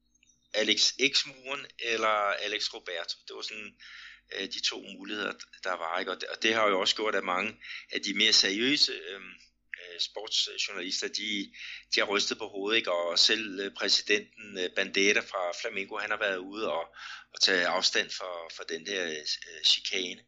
Alex X Muren eller Alex Roberto. Det var sådan de 2 muligheder, der var, ikke? Og det har jo også gjort, at mange af de mere seriøse sportsjournalister, de har rystet på hovedet, ikke? Og selv præsidenten Bandeira fra Flamengo, han har været ude og tage afstand for den der chikane.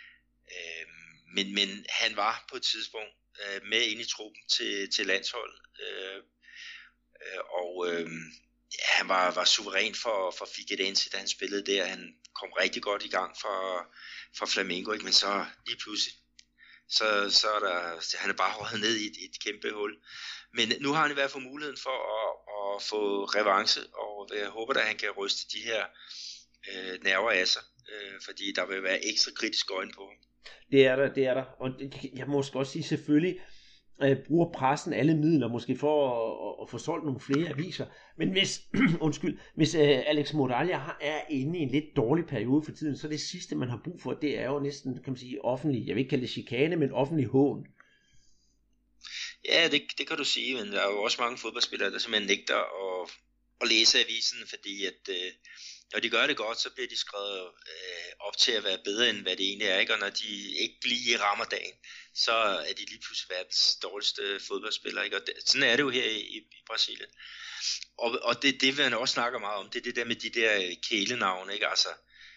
Men han var på et tidspunkt med ind i truppen til landsholdet. han var suveræn for Figueirense, da han spillede der. Han kom rigtig godt i gang for Flamengo, ikke? Men så lige pludselig, så er der, han er bare røget ned i et kæmpe hul. Men nu har han i hvert fald muligheden for at få revanche, og jeg håber, at han kan ryste de her nerver af sig, fordi der vil være ekstra kritisk øjne på ham. Det er der, og jeg må også sige, selvfølgelig bruger pressen alle midler, måske for at få solgt nogle flere aviser, men hvis Alex Moralja er inde i en lidt dårlig periode for tiden, så det sidste, man har brug for, det er jo næsten, kan man sige, offentlig, jeg vil ikke kalde det chikane, men offentlig hån. Ja, det kan du sige, men der er jo også mange fodboldspillere, der simpelthen nægter at læse avisen, fordi at når de gør det godt, så bliver de skrevet op til at være bedre, end hvad det egentlig er, ikke? Og når de ikke lige rammer dagen, så er de lige pludselig verdens dårligste fodboldspillere, ikke? Og sådan er det jo her i Brasilien. Og det man også snakker meget om, det er det der med de der kælenavne, ikke? Altså,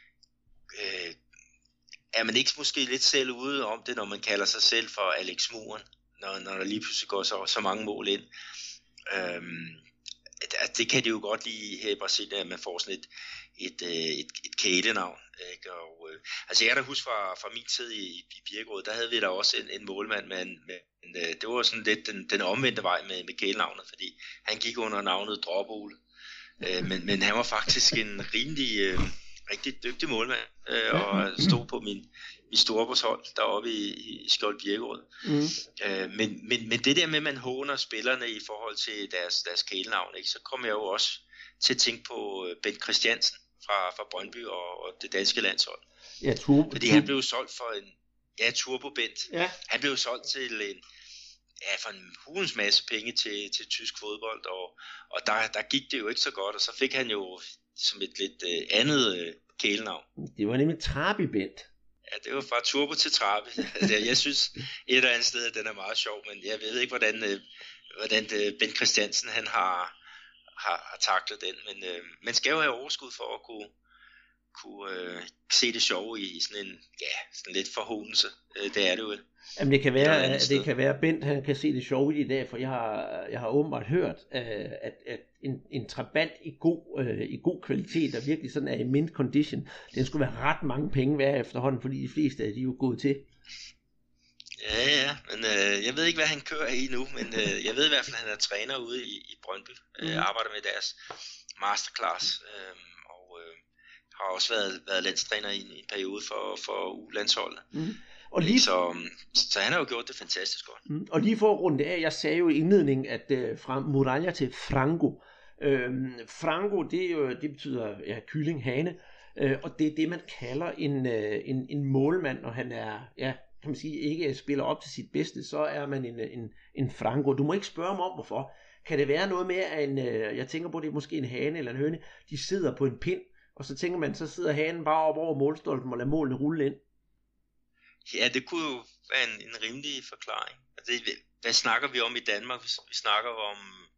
er man ikke måske lidt selv ude om det, når man kalder sig selv for Alex Muren, når der lige pludselig går så mange mål ind? Det kan de jo godt lide her i Brasilien, at man får sådan et kælenavn. Ikke? Og, altså jeg kan da huske fra min tid i Birkerød, der havde vi da også en målmand, men det var sådan lidt den omvendte vej med kælenavnet, fordi han gik under navnet Dropole. Men han var faktisk en rigtig dygtig målmand, og stod på min storebrors deroppe i Skjold Birkerød. Men det der med, at man håner spillerne i forhold til deres kælenavn, ikke, så kom jeg jo også til at tænke på Bent Christiansen fra Brøndby og det danske landshold. Ja, fordi han blev jo solgt for Turbo Bent. Ja. Han blev jo solgt til for en hulens masse penge til tysk fodbold, og der gik det jo ikke så godt, og så fik han jo som et lidt andet kælenavn. Det var nemlig Trabi Bent. Ja, det var fra turbo til trappe. Altså, jeg synes et eller andet sted, at den er meget sjov, men jeg ved ikke, hvordan Bent Christiansen han har taklet den. Men man skal jo have overskud for at kunne se det sjove i sådan lidt forhåndelse. Det er det jo. Jamen det kan være, at Bent han kan se det sjove i dag, for jeg har åbenbart hørt, at en trabant i god kvalitet, der virkelig sådan er i mint condition, den skulle være ret mange penge værd efterhånden, fordi de fleste af de er jo gået til. Ja, men jeg ved ikke, hvad han kører i nu, men jeg ved i hvert fald, at han er træner ude i Brøndby, arbejder med deres masterclass, og har også været landstræner i en periode for U-landsholdet. Og lige... så han har jo gjort det fantastisk godt. Og lige for at runde af, jeg sagde jo i indledningen, at fra Muralja til Frango. Frango, det betyder kylling, hane, og det er det, man kalder en målmand, når han er, kan man sige, ikke spiller op til sit bedste, så er man en Frango. Du må ikke spørge mig om, hvorfor. Kan det være noget med, at jeg tænker på, det er måske en hane eller en høne, de sidder på en pind, og så tænker man, så sidder hanen bare op over målstolpen og lader målene rulle ind. Ja, det kunne jo være en rimelig forklaring. Altså, hvad snakker vi om i Danmark? Vi snakker om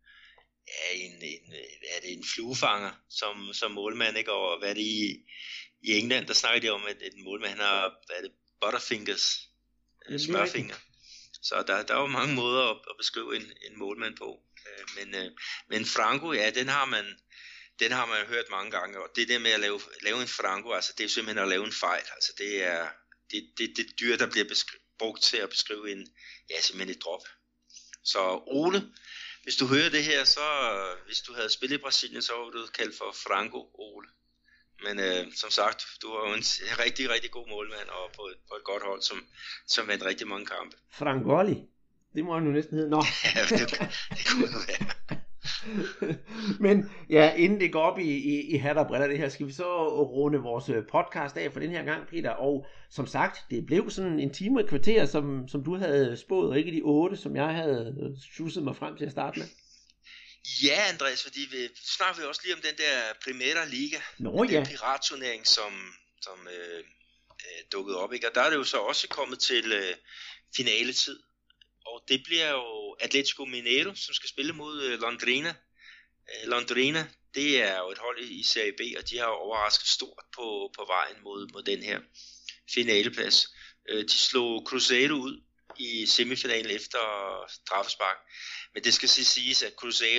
en fluefanger som målmand, ikke? Og hvad er det i England, der snakker de om, at en målmand har butterfingers, smørfinger. Så der er jo mange måder at beskrive en målmand på. Men Franco, ja, den har man hørt mange gange, og det der med at lave en Franco, altså det er simpelthen at lave en fejl. Altså det er det dyr, der bliver brugt til at beskrive simpelthen et drop. Så Ole, hvis du hører det her, så hvis du havde spillet i Brasilien, så var du kaldt for Franco Ole. Men som sagt, du var jo en rigtig, rigtig god målmand, og på et godt hold, som vandt rigtig mange kampe. Francoli, det må han jo næsten hedde. Nå. Ja, det kunne det være. Men ja, inden det går op i hat og briller det her, skal vi så runde vores podcast af for den her gang, Peter. Og som sagt, det blev sådan en time og et kvarter, som du havde spået, og ikke de 8, som jeg havde sjusset mig frem til at starte med. Ja, Andreas, fordi vi snakker også lige om den der Primera Liga, den piratturnering, som dukkede op, ikke? Og der er det jo så også kommet til finaletid. Og det bliver jo Atlético Mineiro, som skal spille mod Londrina. Londrina, det er jo et hold i Serie B, og de har overrasket stort på vejen mod den her finaleplads. De slog Cruzeiro ud i semifinalen efter straffespark. Men det skal siges, at Cruzeiro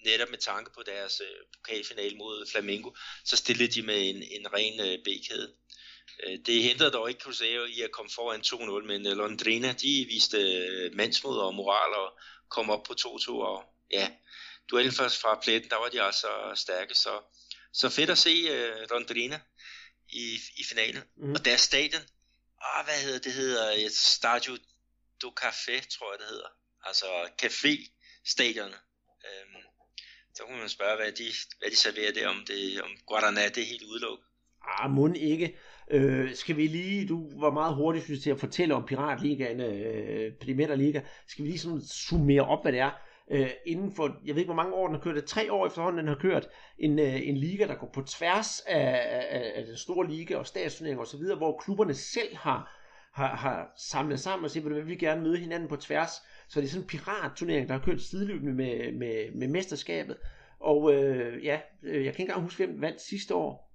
netop med tanke på deres pokalfinale mod Flamengo, så stillede de med en ren B-kæde. Det hindrede dog ikke Cruzeiro i at komme foran 2-0, men Londrina, de viste mandsmod og moral og kom op på 2-2, og ja, duellen først fra pletten, der var de altså stærke, så fedt at se Londrina i finalen. Og deres stadion, hvad hedder det? Hedder Stadio do Café, tror jeg det hedder. Altså café-stadionet. Så kunne man spørge, hvad de serverer der, om Guaraná, det er helt udelukket. Må ikke. Skal vi lige, du var meget hurtig, synes jeg, til at fortælle om Piratligaen, Primera Liga. Skal vi lige sådan summere op, hvad det er? Inden for, jeg ved ikke hvor mange år den har kørt, det 3 år efterhånden den har kørt, en liga, der går på tværs af den store liga og statsturneringer og så videre, hvor klubberne selv har samlet sammen og siger, hvad vi vil gerne møde hinanden på tværs. Så det er sådan en piratturnering, der har kørt sideløbende med mesterskabet. Og jeg kan ikke engang huske, hvem vandt sidste år.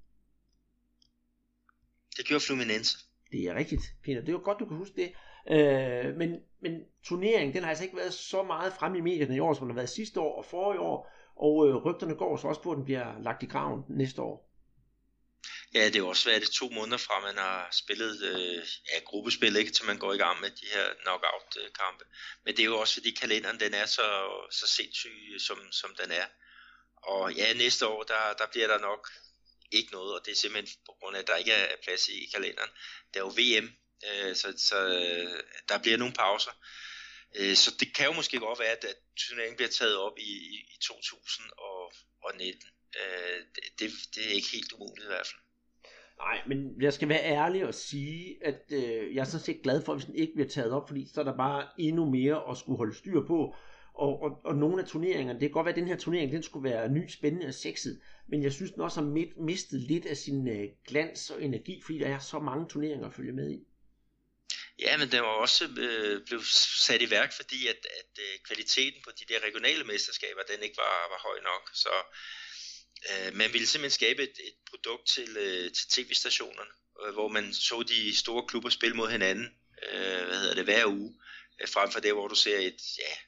Det gjorde Fluminense. Det er rigtigt, Peter. Det er jo godt, du kan huske det. Men turneringen, den har altså ikke været så meget fremme i medierne i år, som den har været sidste år og forrige år. Og rygterne går så også på, at den bliver lagt i graven næste år. Ja, det er jo også været 2 måneder fra, man har spillet gruppespil, ikke, til man går i gang med de her knockout-kampe. Men det er jo også, fordi kalenderen den er så sindssyg, som den er. Og ja, næste år, der bliver der nok ikke noget, og det er simpelthen på grund af, at der ikke er plads i kalenderen. Der er jo VM, så der bliver nogle pauser. Så det kan jo måske godt være, at turneringen bliver taget op i 2019. Det er ikke helt umuligt i hvert fald. Nej, men jeg skal være ærlig og sige, at jeg er sådan set glad for, hvis den ikke bliver taget op, fordi så er der bare endnu mere at skulle holde styr på. Og nogle af turneringerne, det kan godt være, at den her turnering, den skulle være ny, spændende og sexet, men jeg synes den også har mistet lidt af sin glans og energi, fordi der er så mange turneringer at følge med i. Ja, men den var også blevet sat i værk, fordi at kvaliteten på de der regionale mesterskaber, den ikke var høj nok, så man ville simpelthen skabe et produkt til tv-stationerne, hvor man så de store klubber spille mod hinanden, hver uge, frem for det, hvor du ser et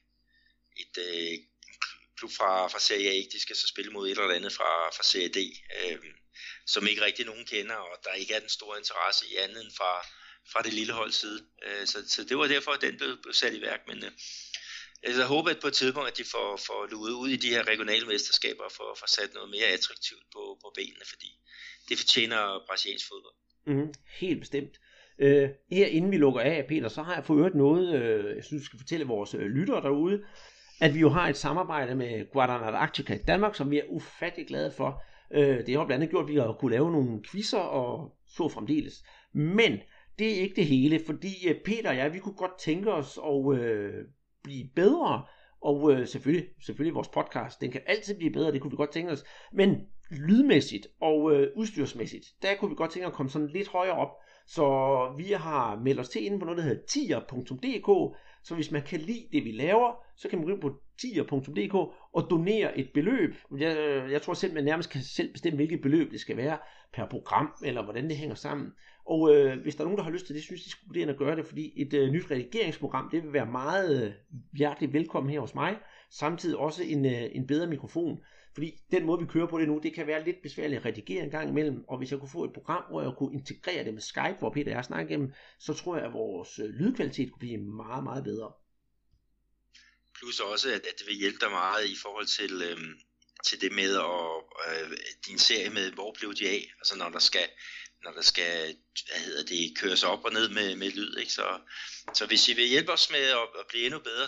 klub fra Serie A, de skal så spille mod et eller andet fra Serie D, som ikke rigtig nogen kender, og der ikke er den store interesse i andet end fra det lille holds side. Så det var derfor, at den blev sat i værk, men jeg håber, at på et tidspunkt, at de får luet ud i de her regionale mesterskaber og får sat noget mere attraktivt på benene, fordi det fortjener brasiliansk fodbold. Helt bestemt. Her inden vi lukker af, Peter, så har jeg for øvrigt noget, jeg synes, vi skal fortælle vores lyttere derude, at vi jo har et samarbejde med Guadalajara i Danmark, som vi er ufattelig glade for. Det har blandt andet gjort, at vi har kunne lave nogle quizzer og så fremdeles. Men det er ikke det hele, fordi Peter og jeg, vi kunne godt tænke os at blive bedre, og selvfølgelig vores podcast, den kan altid blive bedre, det kunne vi godt tænke os, men lydmæssigt og udstyrsmæssigt, der kunne vi godt tænke os at komme sådan lidt højere op, så vi har meldt os til inde på noget, der hedder tier.dk, så hvis man kan lide det, vi laver, så kan man gå ind på tier.dk og donere et beløb. Jeg tror selv, man nærmest kan selv bestemme, hvilket beløb det skal være per program, eller hvordan det hænger sammen. Og hvis der er nogen, der har lyst til det, synes de skulle begynde at gøre det, fordi et nyt redigeringsprogram, det vil være meget hjerteligt velkommen her hos mig. Samtidig også en bedre mikrofon. Fordi den måde, vi kører på det nu, det kan være lidt besværligt at redigere en gang imellem. Og hvis jeg kunne få et program, hvor jeg kunne integrere det med Skype, hvor Peter og jeg snakker igennem, så tror jeg, at vores lydkvalitet kunne blive meget, meget bedre. Plus også, at det vil hjælpe dig meget i forhold til det med din serie med, hvor blev de af? Altså når der skal køres op og ned med lyd, ikke? Så hvis I vil hjælpe os med at blive endnu bedre,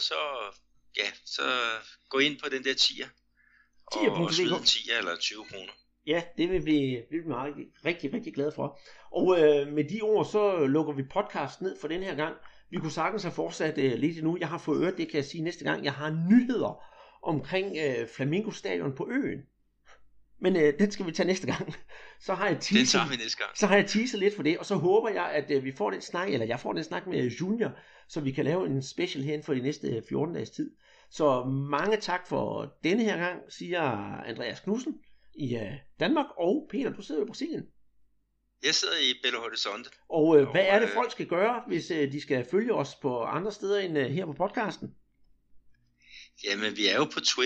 så gå ind på den der tier og smid en 10 eller 20 kroner. Ja, det vil vi meget rigtig, rigtig glade for. Og med de ord, så lukker vi podcast ned for den her gang. Vi kunne sagtens have fortsat lidt endnu. Jeg har fået øret, det kan jeg sige næste gang. Jeg har nyheder omkring Flamengo Stadion på øen. Men den skal vi tage næste gang. Så har jeg teaset lidt for det, og så håber jeg, at vi får den snak, eller jeg får den snak med Junior, så vi kan lave en special herinde for de næste 14 dages tid. Så mange tak for denne her gang, siger Andreas Knudsen i Danmark, og Peter, du sidder i Brasilien. Jeg sidder i Belo Horizonte. Og hvad er det folk skal gøre, hvis de skal følge os på andre steder end her på podcasten? Jamen, vi er jo på Twitter,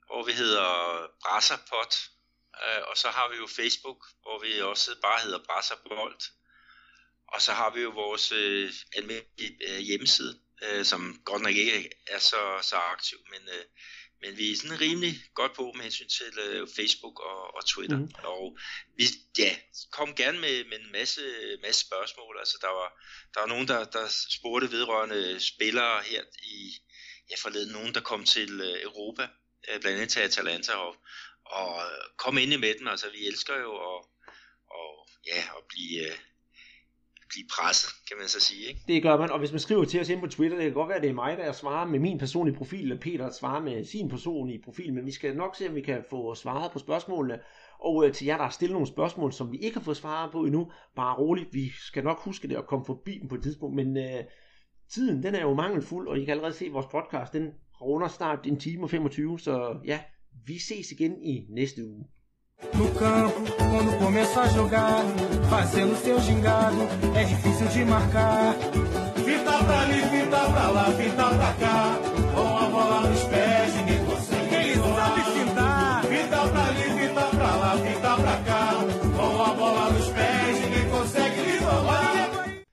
hvor vi hedder Brasserpot, og så har vi jo Facebook, hvor vi også bare hedder Brasserbold. Og så har vi jo vores almindelige hjemmeside, som godt nok ikke er så aktiv, men vi er sådan rimelig godt på med hensyn til Facebook og Twitter. Og vi kom gerne med en masse spørgsmål. Altså der var nogen, der spurgte vedrørende spillere her forleden, nogen der kom til Europa, blandt andet til Atalanta, og kom ind med dem. Altså vi elsker jo at blive presset, kan man så sige, ikke? Det gør man, og hvis man skriver til os ind på Twitter, det kan godt være, at det er mig, der svarer med min personlige profil, eller Peter svarer med sin personlige profil, men vi skal nok se, om vi kan få svaret på spørgsmålene. Og til jer, der har stillet nogle spørgsmål, som vi ikke har fået svaret på endnu, bare roligt, vi skal nok huske det og komme forbi dem på et tidspunkt, men tiden, den er jo mangelfuld, og I kan allerede se, at vores podcast, den runder snart 1 time og 25, så ja, vi ses igen i næste uge. No campo, quando começa a jogar, fazendo seu gingado, é difícil de marcar. Fita pra ali, fita pra lá, fita pra cá, com a bola nos pés, ninguém consegue. Ele sabe fintar. Fita pra ali, fita pra lá, fita pra cá.